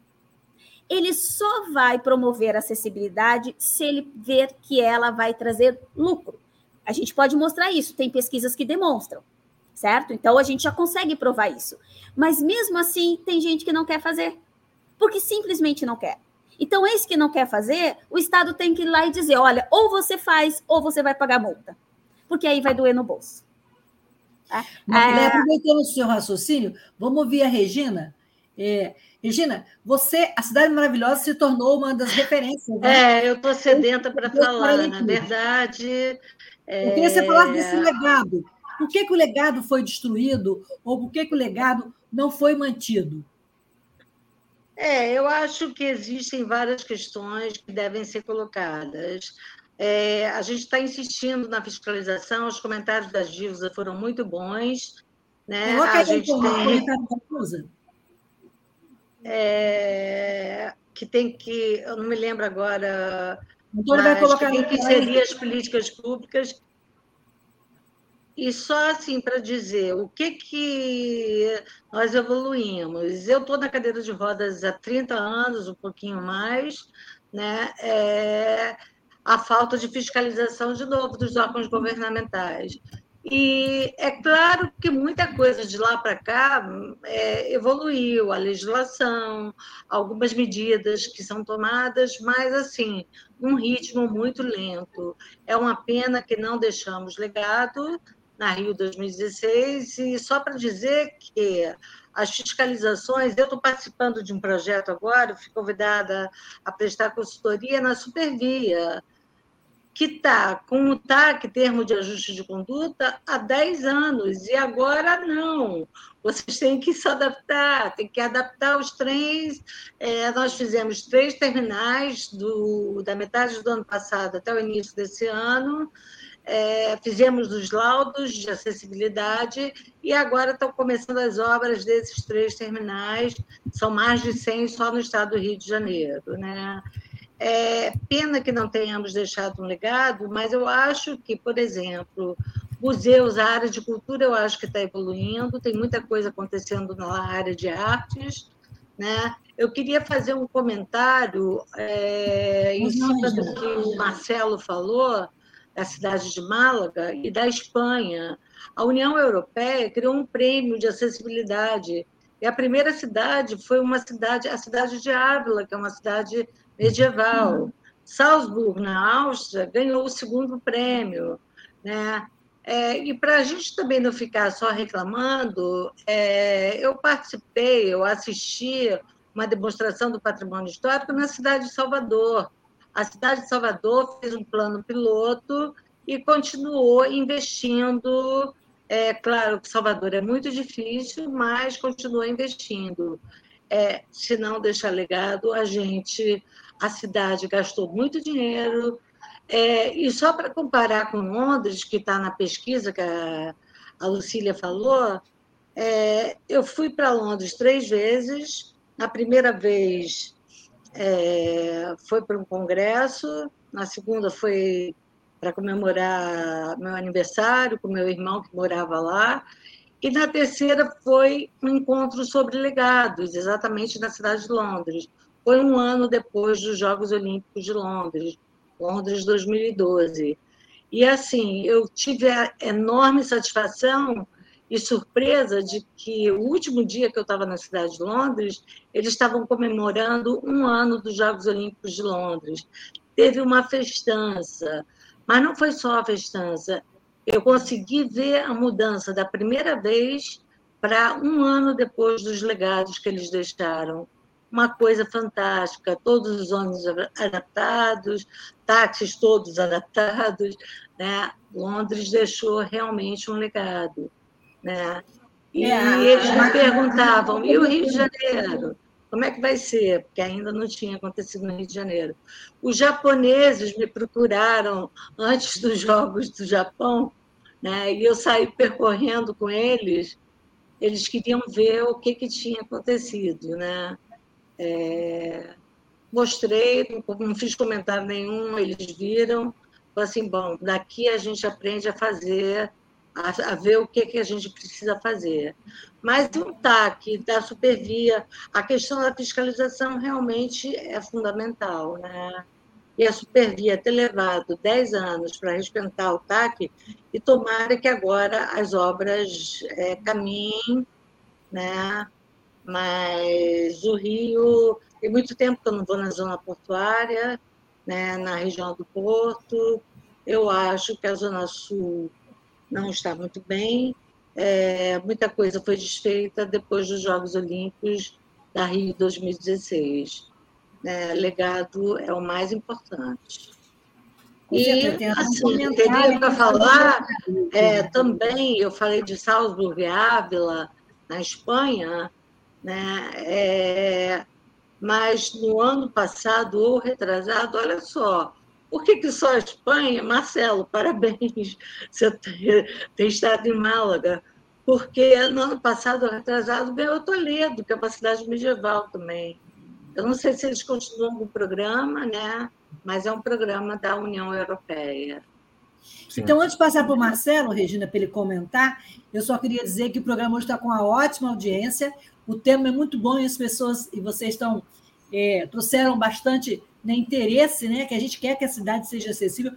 Ele só vai promover a acessibilidade se ele ver que ela vai trazer lucro. A gente pode mostrar isso, tem pesquisas que demonstram, certo? Então, a gente já consegue provar isso. Mas, mesmo assim, tem gente que não quer fazer, porque simplesmente não quer. Então, esse que não quer fazer, o Estado tem que ir lá e dizer, olha, ou você faz, ou você vai pagar multa, porque aí vai doer no bolso. Tá? Ah, aproveitando o seu raciocínio, vamos ouvir a Regina. É, Regina, você, a Cidade Maravilhosa se tornou uma das referências. Né? É, eu estou sedenta para falar, na verdade... Eu queria que você falasse desse legado. Por que, que o legado foi destruído ou por que, que o legado não foi mantido? É, eu acho que existem várias questões que devem ser colocadas. É, a gente está insistindo na fiscalização, os comentários da Gilza foram muito bons. Né? Coloca a gente tem... comentário da Gilza. É, que tem que... Eu não me lembro agora... Então, vai colocar que tem que inserir as políticas públicas. E só assim para dizer o que, que nós evoluímos. Eu estou na cadeira de rodas há trinta anos, um pouquinho mais, né? É, a falta de fiscalização, de novo, dos órgãos governamentais. E é claro que muita coisa de lá para cá é, evoluiu, a legislação, algumas medidas que são tomadas, mas, assim, num ritmo muito lento. É uma pena que não deixamos legado na Rio dois mil e dezesseis, e só para dizer que as fiscalizações, eu estou participando de um projeto agora, fui convidada a prestar consultoria na Supervia, que está com o T A C, Termo de Ajuste de Conduta, há dez anos, e agora não. Vocês têm que se adaptar, têm que adaptar os trens. É, nós fizemos três terminais do, da metade do ano passado até o início desse ano, é, fizemos os laudos de acessibilidade e agora estão começando as obras desses três terminais, são mais de cem só no estado do Rio de Janeiro, né? É pena que não tenhamos deixado um legado, mas eu acho que, por exemplo, museus, a área de cultura, eu acho que está evoluindo, tem muita coisa acontecendo na área de artes, né? Eu queria fazer um comentário é, em cima do que o Marcelo falou, da cidade de Málaga e da Espanha. A União Europeia criou um prêmio de acessibilidade, e a primeira cidade foi uma cidade, a cidade de Ávila, que é uma cidade medieval. Salzburg, na Áustria, ganhou o segundo prêmio, né? É, e para a gente também não ficar só reclamando, é, eu participei, eu assisti uma demonstração do patrimônio histórico na cidade de Salvador. A cidade de Salvador fez um plano piloto e continuou investindo. É claro que Salvador é muito difícil, mas continua investindo. É, se não deixar legado, a gente, a cidade gastou muito dinheiro. É, e só para comparar com Londres, que está na pesquisa que a, a Lucília falou, é, eu fui para Londres três vezes. Na primeira vez é, foi para um congresso, na segunda foi para comemorar meu aniversário com meu irmão que morava lá, e na terceira foi um encontro sobre legados, exatamente na cidade de Londres. Foi um ano depois dos Jogos Olímpicos de Londres, Londres dois mil e doze. E, assim, eu tive a enorme satisfação e surpresa de que o último dia que eu estava na cidade de Londres, eles estavam comemorando um ano dos Jogos Olímpicos de Londres. Teve uma festança, mas não foi só a festança. Eu consegui ver a mudança da primeira vez para um ano depois dos legados que eles deixaram. Uma coisa fantástica, todos os ônibus adaptados, táxis todos adaptados, né? Londres deixou realmente um legado, né? E é, eles me perguntavam, e o Rio de Janeiro? Como é que vai ser? Porque ainda não tinha acontecido no Rio de Janeiro. Os japoneses me procuraram antes dos Jogos do Japão, né? E eu saí percorrendo com eles, eles queriam ver o que, que tinha acontecido, né? É, mostrei, não fiz comentário nenhum, eles viram, falei assim, bom, daqui a gente aprende a fazer, a, a ver o que, que a gente precisa fazer. Mas o T A C, da Supervia, a questão da fiscalização realmente é fundamental, né? E a Supervia ter levado dez anos para respeitar o T A C, e tomara que agora as obras é, caminhem, né? Mas o Rio, tem muito tempo que eu não vou na zona portuária, né, na região do Porto. Eu acho que a Zona Sul não está muito bem. É, muita coisa foi desfeita depois dos Jogos Olímpicos da Rio dois mil e dezesseis. É, legado é o mais importante. E, assim, teria para falar é, também, eu falei de Salzburg e Ávila, na Espanha, né? É, mas no ano passado ou retrasado, olha só, por que, que só a Espanha? Marcelo, parabéns, você tem estado em Málaga, porque no ano passado ou retrasado ganhou Toledo, que é uma cidade medieval também. Eu não sei se eles continuam com o programa, né? Mas é um programa da União Europeia. Sim. Então, antes de passar para o Marcelo, Regina, para ele comentar, eu só queria dizer que o programa hoje está com uma ótima audiência, o tema é muito bom e as pessoas, e vocês estão, é, trouxeram bastante, né, interesse, né, que a gente quer que a cidade seja acessível, porque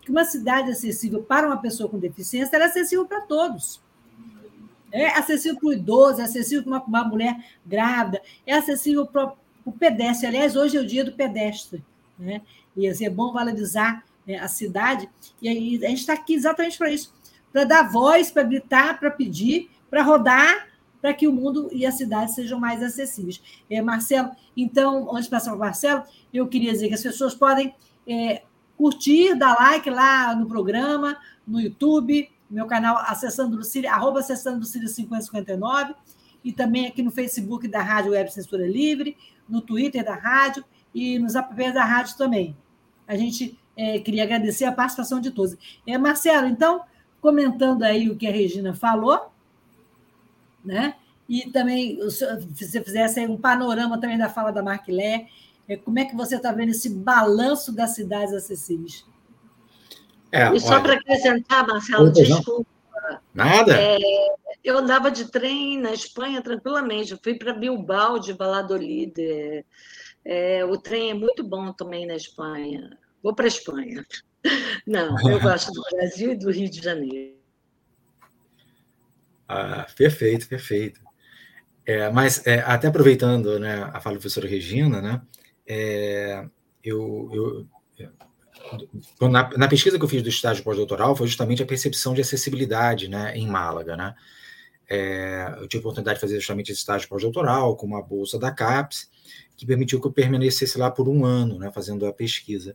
que uma cidade acessível para uma pessoa com deficiência é acessível para todos. É acessível para o idoso, é acessível para uma, uma mulher grávida, é acessível para o pedestre. Aliás, hoje é o dia do pedestre, né? E assim, é bom valorizar, né, a cidade. E aí, a gente está aqui exatamente para isso, para dar voz, para gritar, para pedir, para rodar, para que o mundo e a cidade sejam mais acessíveis. É, Marcelo, então, antes de passar para o Marcelo, eu queria dizer que as pessoas podem é, curtir, dar like lá no programa, no YouTube, meu canal Acessando Lucília, arroba Acessando Lucília cinco mil cinquenta e nove, e também aqui no Facebook da Rádio Web Censura Livre, no Twitter da rádio e nos apps da rádio também. A gente é, queria agradecer a participação de todos. É, Marcelo, então, comentando aí o que a Regina falou, né? E também, se você fizesse aí um panorama também da fala da Marquilé, é, como é que você está vendo esse balanço das cidades acessíveis? É, e só para acrescentar, Marcelo, desculpa. Nada? É, eu andava de trem na Espanha tranquilamente. Eu fui para Bilbao, de Valladolid. É, é, o trem é muito bom também na Espanha. Vou para a Espanha. Não, eu gosto do Brasil e do Rio de Janeiro. Ah, perfeito, perfeito. É, mas, é, até aproveitando, né, a fala da professora Regina, né, é, eu... eu Na, na pesquisa que eu fiz do estágio pós-doutoral, foi justamente a percepção de acessibilidade, né, em Málaga, né? É, eu tive a oportunidade de fazer justamente esse estágio pós-doutoral com uma bolsa da CAPES, que permitiu que eu permanecesse lá por um ano, né, fazendo a pesquisa.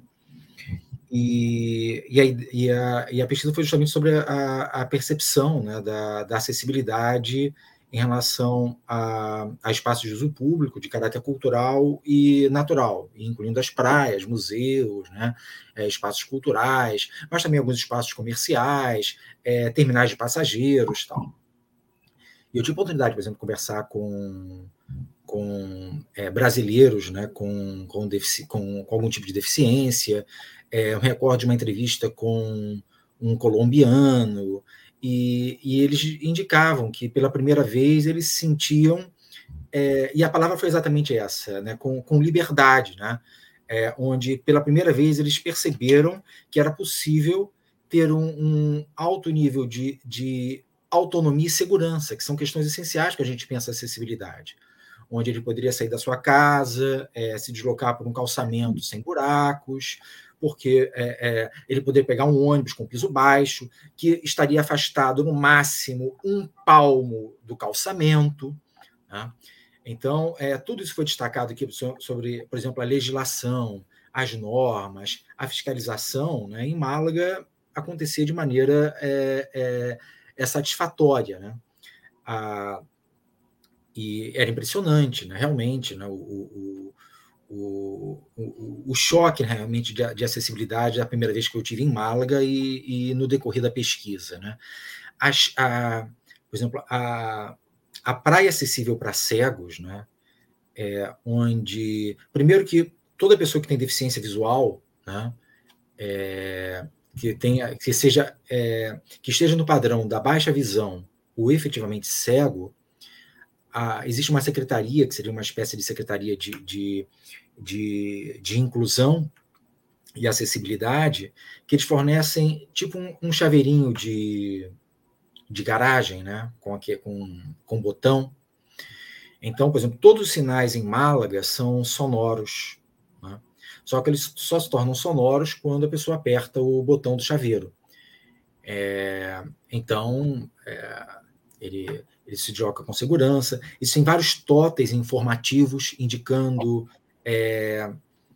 E, e, a, e, a, e a pesquisa foi justamente sobre a, a percepção, né, da, da acessibilidade em relação a, a espaços de uso público, de caráter cultural e natural, incluindo as praias, museus, né, é, espaços culturais, mas também alguns espaços comerciais, é, terminais de passageiros e tal. E eu tive a oportunidade, por exemplo, de conversar com, com é, brasileiros, né, com, com, com, com algum tipo de deficiência. É, eu recordo de uma entrevista com um colombiano, E, e eles indicavam que, pela primeira vez, eles se sentiam, é, e a palavra foi exatamente essa, né, com, com liberdade, né, é, onde, pela primeira vez, eles perceberam que era possível ter um, um alto nível de, de autonomia e segurança, que são questões essenciais que a gente pensa em acessibilidade, onde ele poderia sair da sua casa, é, se deslocar por um calçamento sem buracos, porque é, é, ele poderia pegar um ônibus com piso baixo, que estaria afastado no máximo um palmo do calçamento, né? Então, é, tudo isso foi destacado aqui sobre, por exemplo, a legislação, as normas, a fiscalização, né? Em Málaga acontecia de maneira é, é, é satisfatória, né? A, e era impressionante, né? Realmente, né? o, o O, o, o choque realmente de, de acessibilidade da primeira vez que eu tive em Málaga e, e no decorrer da pesquisa, né? As, a, por exemplo, a, a praia acessível para cegos, né? É, onde, primeiro que toda pessoa que tem deficiência visual, né? É, que, tenha, que, seja, é, que esteja no padrão da baixa visão ou efetivamente cego, a, existe uma secretaria, que seria uma espécie de secretaria de, de De, de inclusão e acessibilidade, que eles fornecem tipo um, um chaveirinho de, de garagem, né? com, aqui, com, com botão. Então, por exemplo, todos os sinais em Málaga são sonoros, né? Só que eles só se tornam sonoros quando a pessoa aperta o botão do chaveiro. É, então, é, ele, ele se desloca com segurança. Isso tem vários totens informativos indicando É,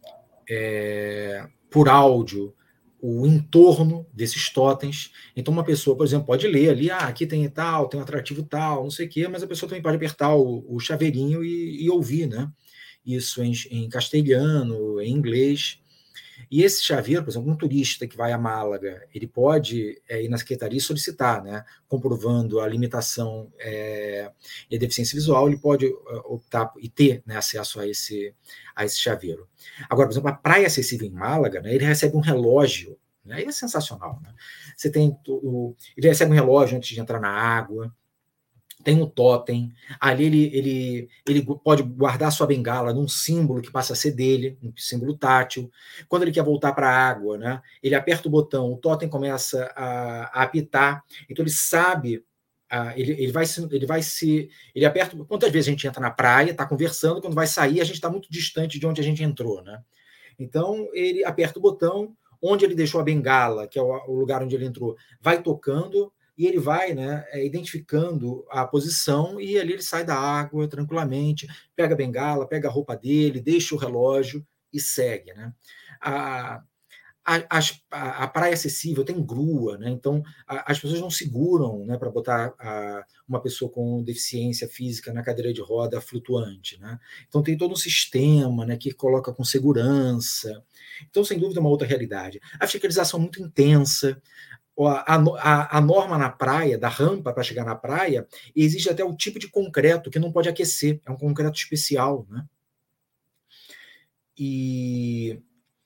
é, por áudio o entorno desses totens. Então, uma pessoa, por exemplo, pode ler ali, ah, aqui tem tal, tem um atrativo tal, não sei o quê, mas a pessoa também pode apertar o, o chaveirinho e, e ouvir, né? Isso em, em castelhano, em inglês. E esse chaveiro, por exemplo, um turista que vai a Málaga, ele pode é, ir na secretaria e solicitar, né, comprovando a limitação é, e a deficiência visual, ele pode optar e ter, né, acesso a esse, a esse chaveiro. Agora, por exemplo, a praia acessível em Málaga, né, ele recebe um relógio, né, e é sensacional, né? Você tem o, ele recebe um relógio antes de entrar na água, tem um totem, ali ele, ele, ele pode guardar sua bengala num símbolo que passa a ser dele, um símbolo tátil. Quando ele quer voltar para a água, né, ele aperta o botão, o totem começa a, a apitar, então ele sabe, uh, ele, ele, vai se, ele vai se... Ele aperta... Quantas vezes a gente entra na praia, está conversando, quando vai sair, a gente está muito distante de onde a gente entrou, né? Então, ele aperta o botão, onde ele deixou a bengala, que é o, o lugar onde ele entrou, vai tocando, e ele vai, né, identificando a posição, e ali ele sai da água tranquilamente, pega a bengala, pega a roupa dele, deixa o relógio e segue, né? A, a, a, a praia acessível tem grua, né? Então a, as pessoas não seguram, né, para botar a, uma pessoa com deficiência física na cadeira de roda flutuante, né? Então tem todo um sistema, né, que coloca com segurança. Então, sem dúvida, é uma outra realidade. A fiscalização muito intensa. A, a, a norma na praia, da rampa para chegar na praia, existe até o tipo de concreto que não pode aquecer, é um concreto especial, né? E,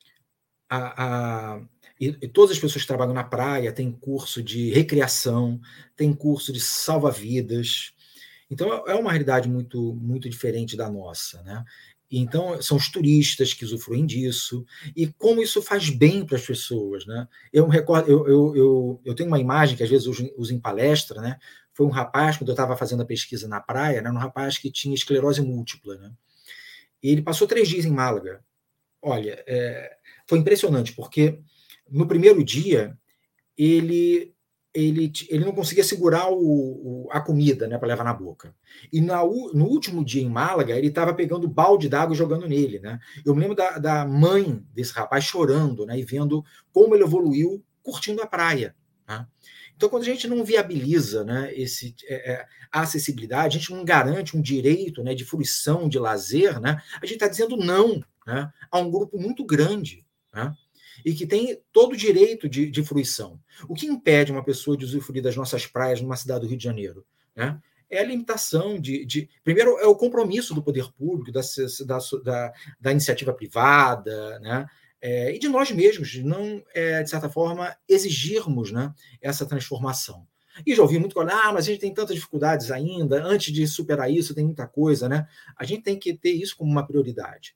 a, a, e, e todas as pessoas que trabalham na praia têm curso de recreação, têm curso de salva-vidas. Então, é uma realidade muito, muito diferente da nossa, né? Então, são os turistas que usufruem disso, e como isso faz bem para as pessoas, né? Eu, me recordo, eu, eu, eu, eu tenho uma imagem que às vezes uso, uso em palestra, né? Foi um rapaz, quando eu estava fazendo a pesquisa na praia, né? Um rapaz que tinha esclerose múltipla, né? E ele passou três dias em Málaga. Olha, é, foi impressionante, porque no primeiro dia ele... Ele, ele não conseguia segurar o, o, a comida, né, para levar na boca. E na, no último dia em Málaga, ele estava pegando balde d'água e jogando nele, né? Eu me lembro da, da mãe desse rapaz chorando, né, e vendo como ele evoluiu curtindo a praia, né? Então, quando a gente não viabiliza, né, esse, é, a acessibilidade, a gente não garante um direito, né, de fruição, de lazer, né, a gente está dizendo não, né, a um grupo muito grande, né, e que tem todo o direito de, de fruição. O que impede uma pessoa de usufruir das nossas praias numa cidade do Rio de Janeiro, né? É a limitação de, de... Primeiro, é o compromisso do poder público, da, da, da iniciativa privada, né? É, e de nós mesmos, de não, é, de certa forma, exigirmos, né, essa transformação. E já ouvi muito falar, ah, mas a gente tem tantas dificuldades ainda, antes de superar isso, tem muita coisa, né? A gente tem que ter isso como uma prioridade.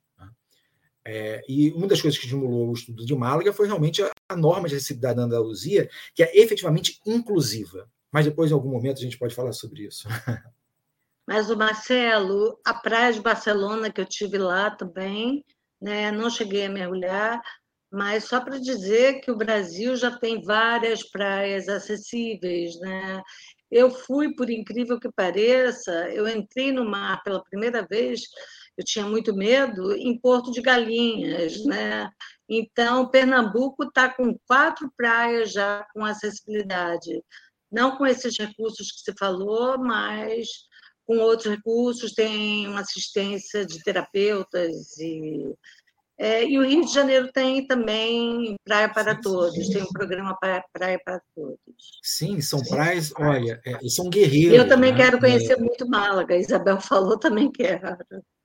É, e uma das coisas que estimulou o estudo de Málaga foi realmente a, a norma de acessibilidade da Andaluzia, que é efetivamente inclusiva. Mas depois, em algum momento, a gente pode falar sobre isso. Mas, o Marcelo, a praia de Barcelona, que eu tive lá também, né, não cheguei a mergulhar, mas só para dizer que o Brasil já tem várias praias acessíveis, né? Eu fui, por incrível que pareça, eu entrei no mar pela primeira vez, eu tinha muito medo, em Porto de Galinhas, né? Então, Pernambuco está com quatro praias já com acessibilidade. Não com esses recursos que você falou, mas com outros recursos, tem uma assistência de terapeutas. E, é, e o Rio de Janeiro tem também Praia para sim, Todos, sim. Tem um programa Praia para Todos. Sim, são praias, olha, é, são guerreiros. Eu também né? quero conhecer é... muito Málaga, a Isabel falou, também quero.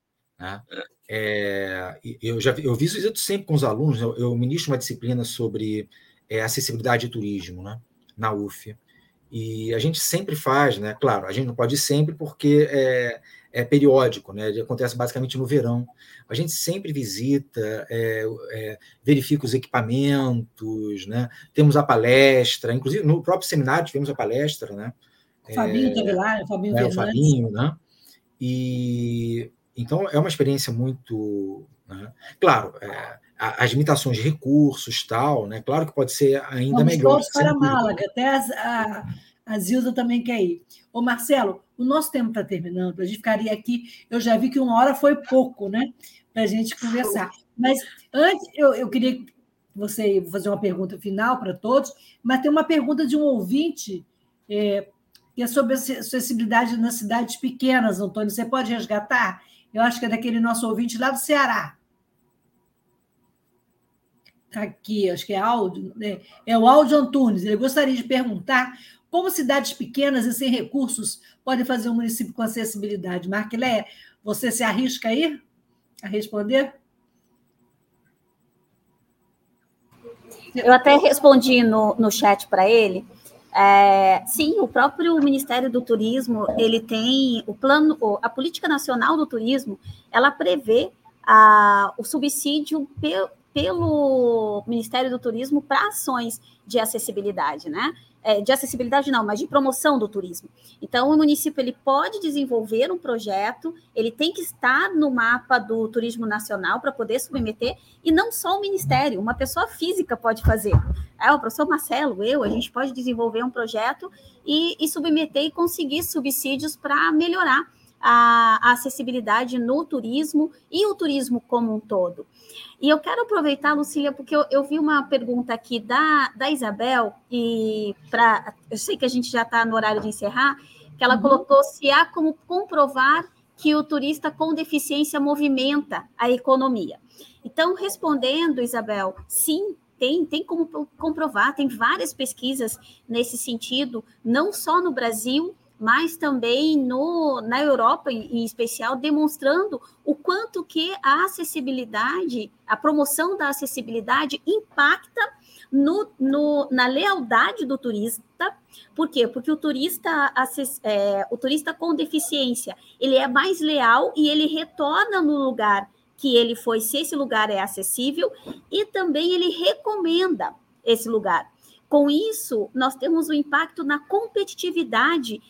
É, eu já eu visito sempre com os alunos, eu, eu ministro uma disciplina sobre é, acessibilidade e turismo, né, na U F. E a gente sempre faz, né? Claro, a gente não pode ir sempre porque é, é periódico, né? Acontece basicamente no verão. A gente sempre visita, é, é, verifica os equipamentos, né? Temos a palestra, inclusive no próprio seminário tivemos a palestra, né? O Fabinho esteve é, lá, o Fabinho é, o Fabinho, né? E então é uma experiência muito, né? Claro, é, as limitações de recursos, tal, né? Claro que pode ser ainda Vamos melhor. Vamos para Málaga, até as, a, a Zilda também quer ir. Ô, Marcelo, o nosso tempo está terminando, a gente ficaria aqui, eu já vi que uma hora foi pouco, né? Para a gente conversar. Mas antes, eu, eu queria que você vou fazer uma pergunta final para todos, mas tem uma pergunta de um ouvinte, é, que é sobre acessibilidade nas cidades pequenas, Antônio. Você pode resgatar? Eu acho que é daquele nosso ouvinte lá do Ceará. Aqui, acho que é áudio, né? É o Áudio Antunes. Ele gostaria de perguntar como cidades pequenas e sem recursos podem fazer um município com acessibilidade. Marquilé, você se arrisca aí a responder? Eu até respondi no, no chat para ele, É, sim, o próprio Ministério do Turismo, ele tem o plano, a Política Nacional do Turismo, ela prevê a, o subsídio pe, pelo Ministério do Turismo para ações de acessibilidade, né? É, de acessibilidade não, mas de promoção do turismo. Então, o município ele pode desenvolver um projeto, ele tem que estar no mapa do turismo nacional para poder submeter, e não só o Ministério, uma pessoa física pode fazer. É, o professor Marcelo, eu, a gente pode desenvolver um projeto e, e submeter e conseguir subsídios para melhorar a, a acessibilidade no turismo e o turismo como um todo. E eu quero aproveitar, Lucília, porque eu, eu vi uma pergunta aqui da, da Isabel, e pra, eu sei que a gente já está no horário de encerrar, que ela uhum. colocou se há como comprovar que o turista com deficiência movimenta a economia. Então, respondendo, Isabel, sim, tem, tem como comprovar, tem várias pesquisas nesse sentido, não só no Brasil, mas também no, na Europa, em especial, demonstrando o quanto que a acessibilidade, a promoção da acessibilidade impacta no, no, na lealdade do turista. Por quê? Porque o turista, é, o turista com deficiência, ele é mais leal e ele retorna no lugar que ele foi, se esse lugar é acessível, e também ele recomenda esse lugar. Com isso, nós temos um impacto na competitividade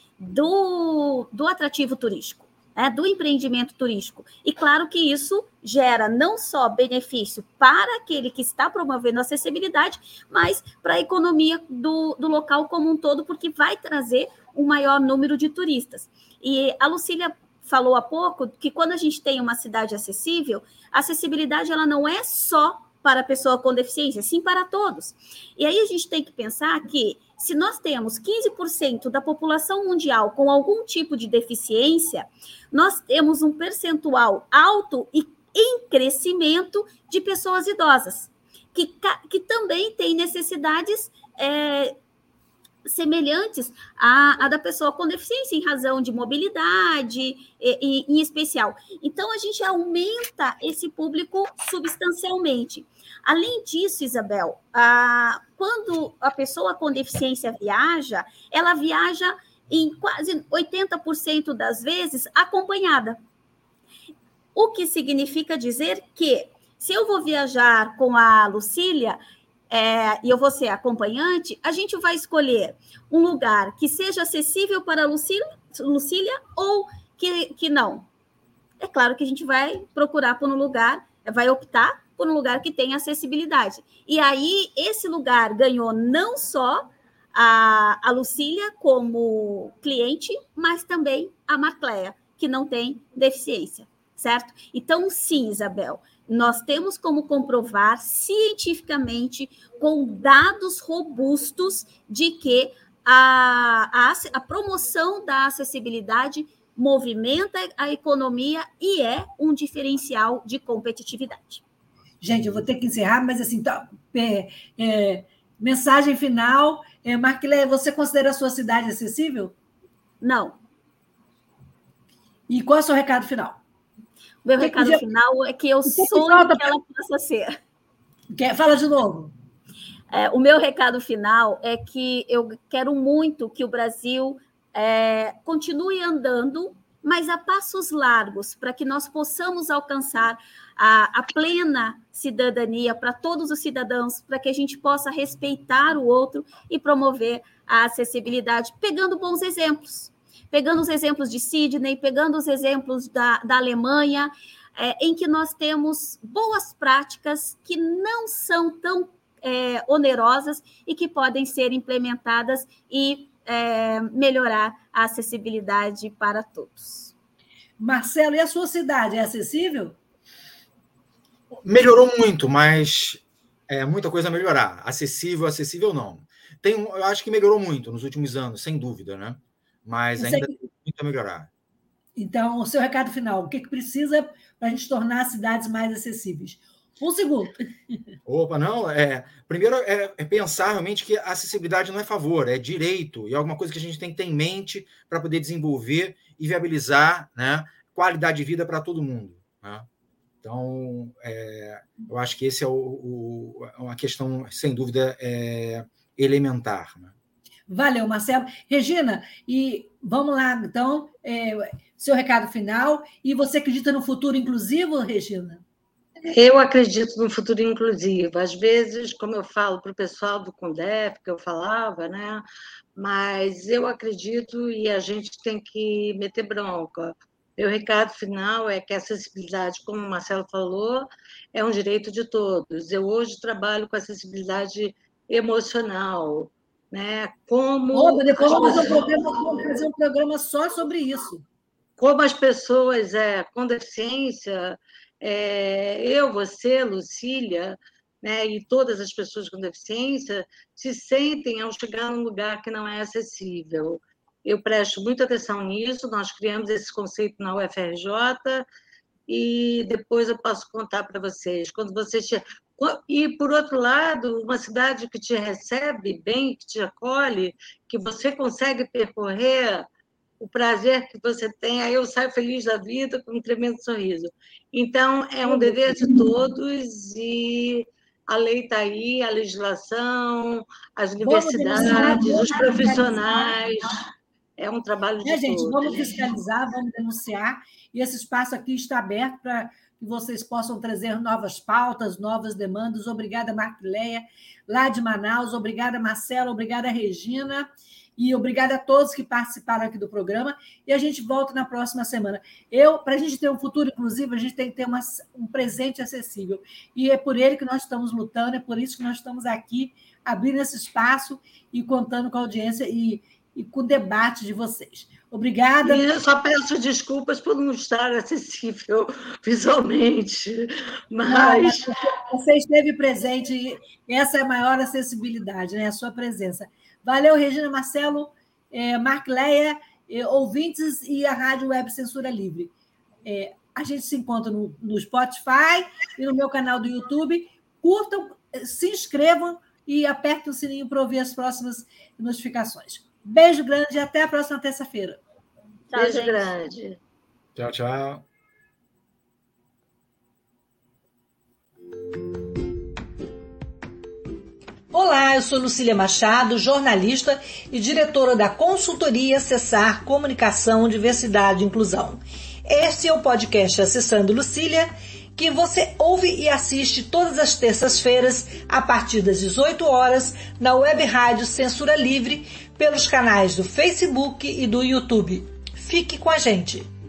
do, do atrativo turístico, né, do empreendimento turístico. E claro que isso gera não só benefício para aquele que está promovendo a acessibilidade, mas para a economia do, do local como um todo, porque vai trazer um maior número de turistas. E a Lucília falou há pouco que quando a gente tem uma cidade acessível, a acessibilidade ela não é só para a pessoa com deficiência, sim para todos. E aí a gente tem que pensar que se nós temos quinze por cento da população mundial com algum tipo de deficiência, nós temos um percentual alto e em crescimento de pessoas idosas, que, que também têm necessidades é, semelhantes à, à da pessoa com deficiência, em razão de mobilidade, e, e, em especial. Então, a gente aumenta esse público substancialmente. Além disso, Isabel, a, quando a pessoa com deficiência viaja, ela viaja em quase oitenta por cento das vezes acompanhada. O que significa dizer que, se eu vou viajar com a Lucília, É, e eu vou ser acompanhante, a gente vai escolher um lugar que seja acessível para a Lucília, Lucília ou que, que não. É claro que a gente vai procurar por um lugar, vai optar por um lugar que tenha acessibilidade. E aí, esse lugar ganhou não só a, a Lucília como cliente, mas também a Marcléa, que não tem deficiência, certo? Então, sim, Isabel, nós temos como comprovar cientificamente, com dados robustos, de que a, a, a promoção da acessibilidade movimenta a economia e é um diferencial de competitividade. Gente, eu vou ter que encerrar, mas assim, tá, é, é, mensagem final. É, Marcléa, você considera a sua cidade acessível? Não. E qual é o seu recado final? Meu que recado que final é que eu que sonho que, que ela possa ser. Quer? Fala de novo. É, o meu recado final é que eu quero muito que o Brasil é, continue andando, mas a passos largos, para que nós possamos alcançar a, a plena cidadania para todos os cidadãos, para que a gente possa respeitar o outro e promover a acessibilidade, pegando bons exemplos. Pegando os exemplos de Sydney, pegando os exemplos da, da Alemanha, é, em que nós temos boas práticas que não são tão é, onerosas e que podem ser implementadas e é, melhorar a acessibilidade para todos. Marcelo, e a sua cidade é acessível? Melhorou muito, mas é muita coisa a melhorar. Acessível, acessível não. Tem, eu acho que melhorou muito nos últimos anos, sem dúvida, né? Mas ainda tem muito a melhorar. Então, o seu recado final, o que, que precisa para a gente tornar as cidades mais acessíveis? Um segundo. Opa, não, é, primeiro é, é pensar realmente que a acessibilidade não é favor, é direito, e é alguma coisa que a gente tem que ter em mente para poder desenvolver e viabilizar, né, qualidade de vida para todo mundo, né? Então, é, eu acho que esse é o, o, uma questão, sem dúvida, é, elementar, né? Valeu, Marcelo. Regina, e vamos lá, então, é, seu recado final. E você acredita no futuro inclusivo, Regina? Eu acredito no futuro inclusivo. Às vezes, como eu falo para o pessoal do Cundef, que eu falava, né? Mas eu acredito e a gente tem que meter bronca. Meu recado final é que a acessibilidade, como o Marcelo falou, é um direito de todos. Eu hoje trabalho com acessibilidade emocional, né? Como Opa, depois vamos fazer um, programa, vamos fazer um programa só sobre isso. Como as pessoas é, com deficiência, é, eu, você, Lucília, né, e todas as pessoas com deficiência, se sentem ao chegar num lugar que não é acessível. Eu presto muita atenção nisso, nós criamos esse conceito na U F R J, e depois eu posso contar para vocês. Quando você che... E, por outro lado, uma cidade que te recebe bem, que te acolhe, que você consegue percorrer, o prazer que você tem, aí eu saio feliz da vida com um tremendo sorriso. Então, é um dever de todos e a lei está aí, a legislação, as universidades, os profissionais... É um trabalho de é, gente, todos. Vamos fiscalizar, vamos denunciar, e esse espaço aqui está aberto para que vocês possam trazer novas pautas, novas demandas. Obrigada, Marquileia, lá de Manaus. Obrigada, Marcelo. Obrigada, Regina. E obrigada a todos que participaram aqui do programa. E a gente volta na próxima semana. Eu, para a gente ter um futuro inclusivo, a gente tem que ter uma, um presente acessível. E é por ele que nós estamos lutando, é por isso que nós estamos aqui, abrindo esse espaço e contando com a audiência e e com o debate de vocês. Obrigada. E eu só peço desculpas por não estar acessível visualmente, mas... Não, você esteve presente, e essa é a maior acessibilidade, né? A sua presença. Valeu, Regina, Marcelo, é, Marquileia, é, ouvintes e a Rádio Web Censura Livre. É, a gente se encontra no, no Spotify e no meu canal do YouTube. Curtam, se inscrevam e apertem o sininho para ouvir as próximas notificações. Beijo grande e até a próxima terça-feira. Beijo gente. grande. Tchau, tchau. Olá, eu sou Lucília Machado, jornalista e diretora da consultoria Acessar Comunicação, Diversidade e Inclusão. Este é o podcast Acessando Lucília, que você ouve e assiste todas as terças-feiras, a partir das dezoito horas, na Web Rádio Censura Livre, pelos canais do Facebook e do YouTube. Fique com a gente!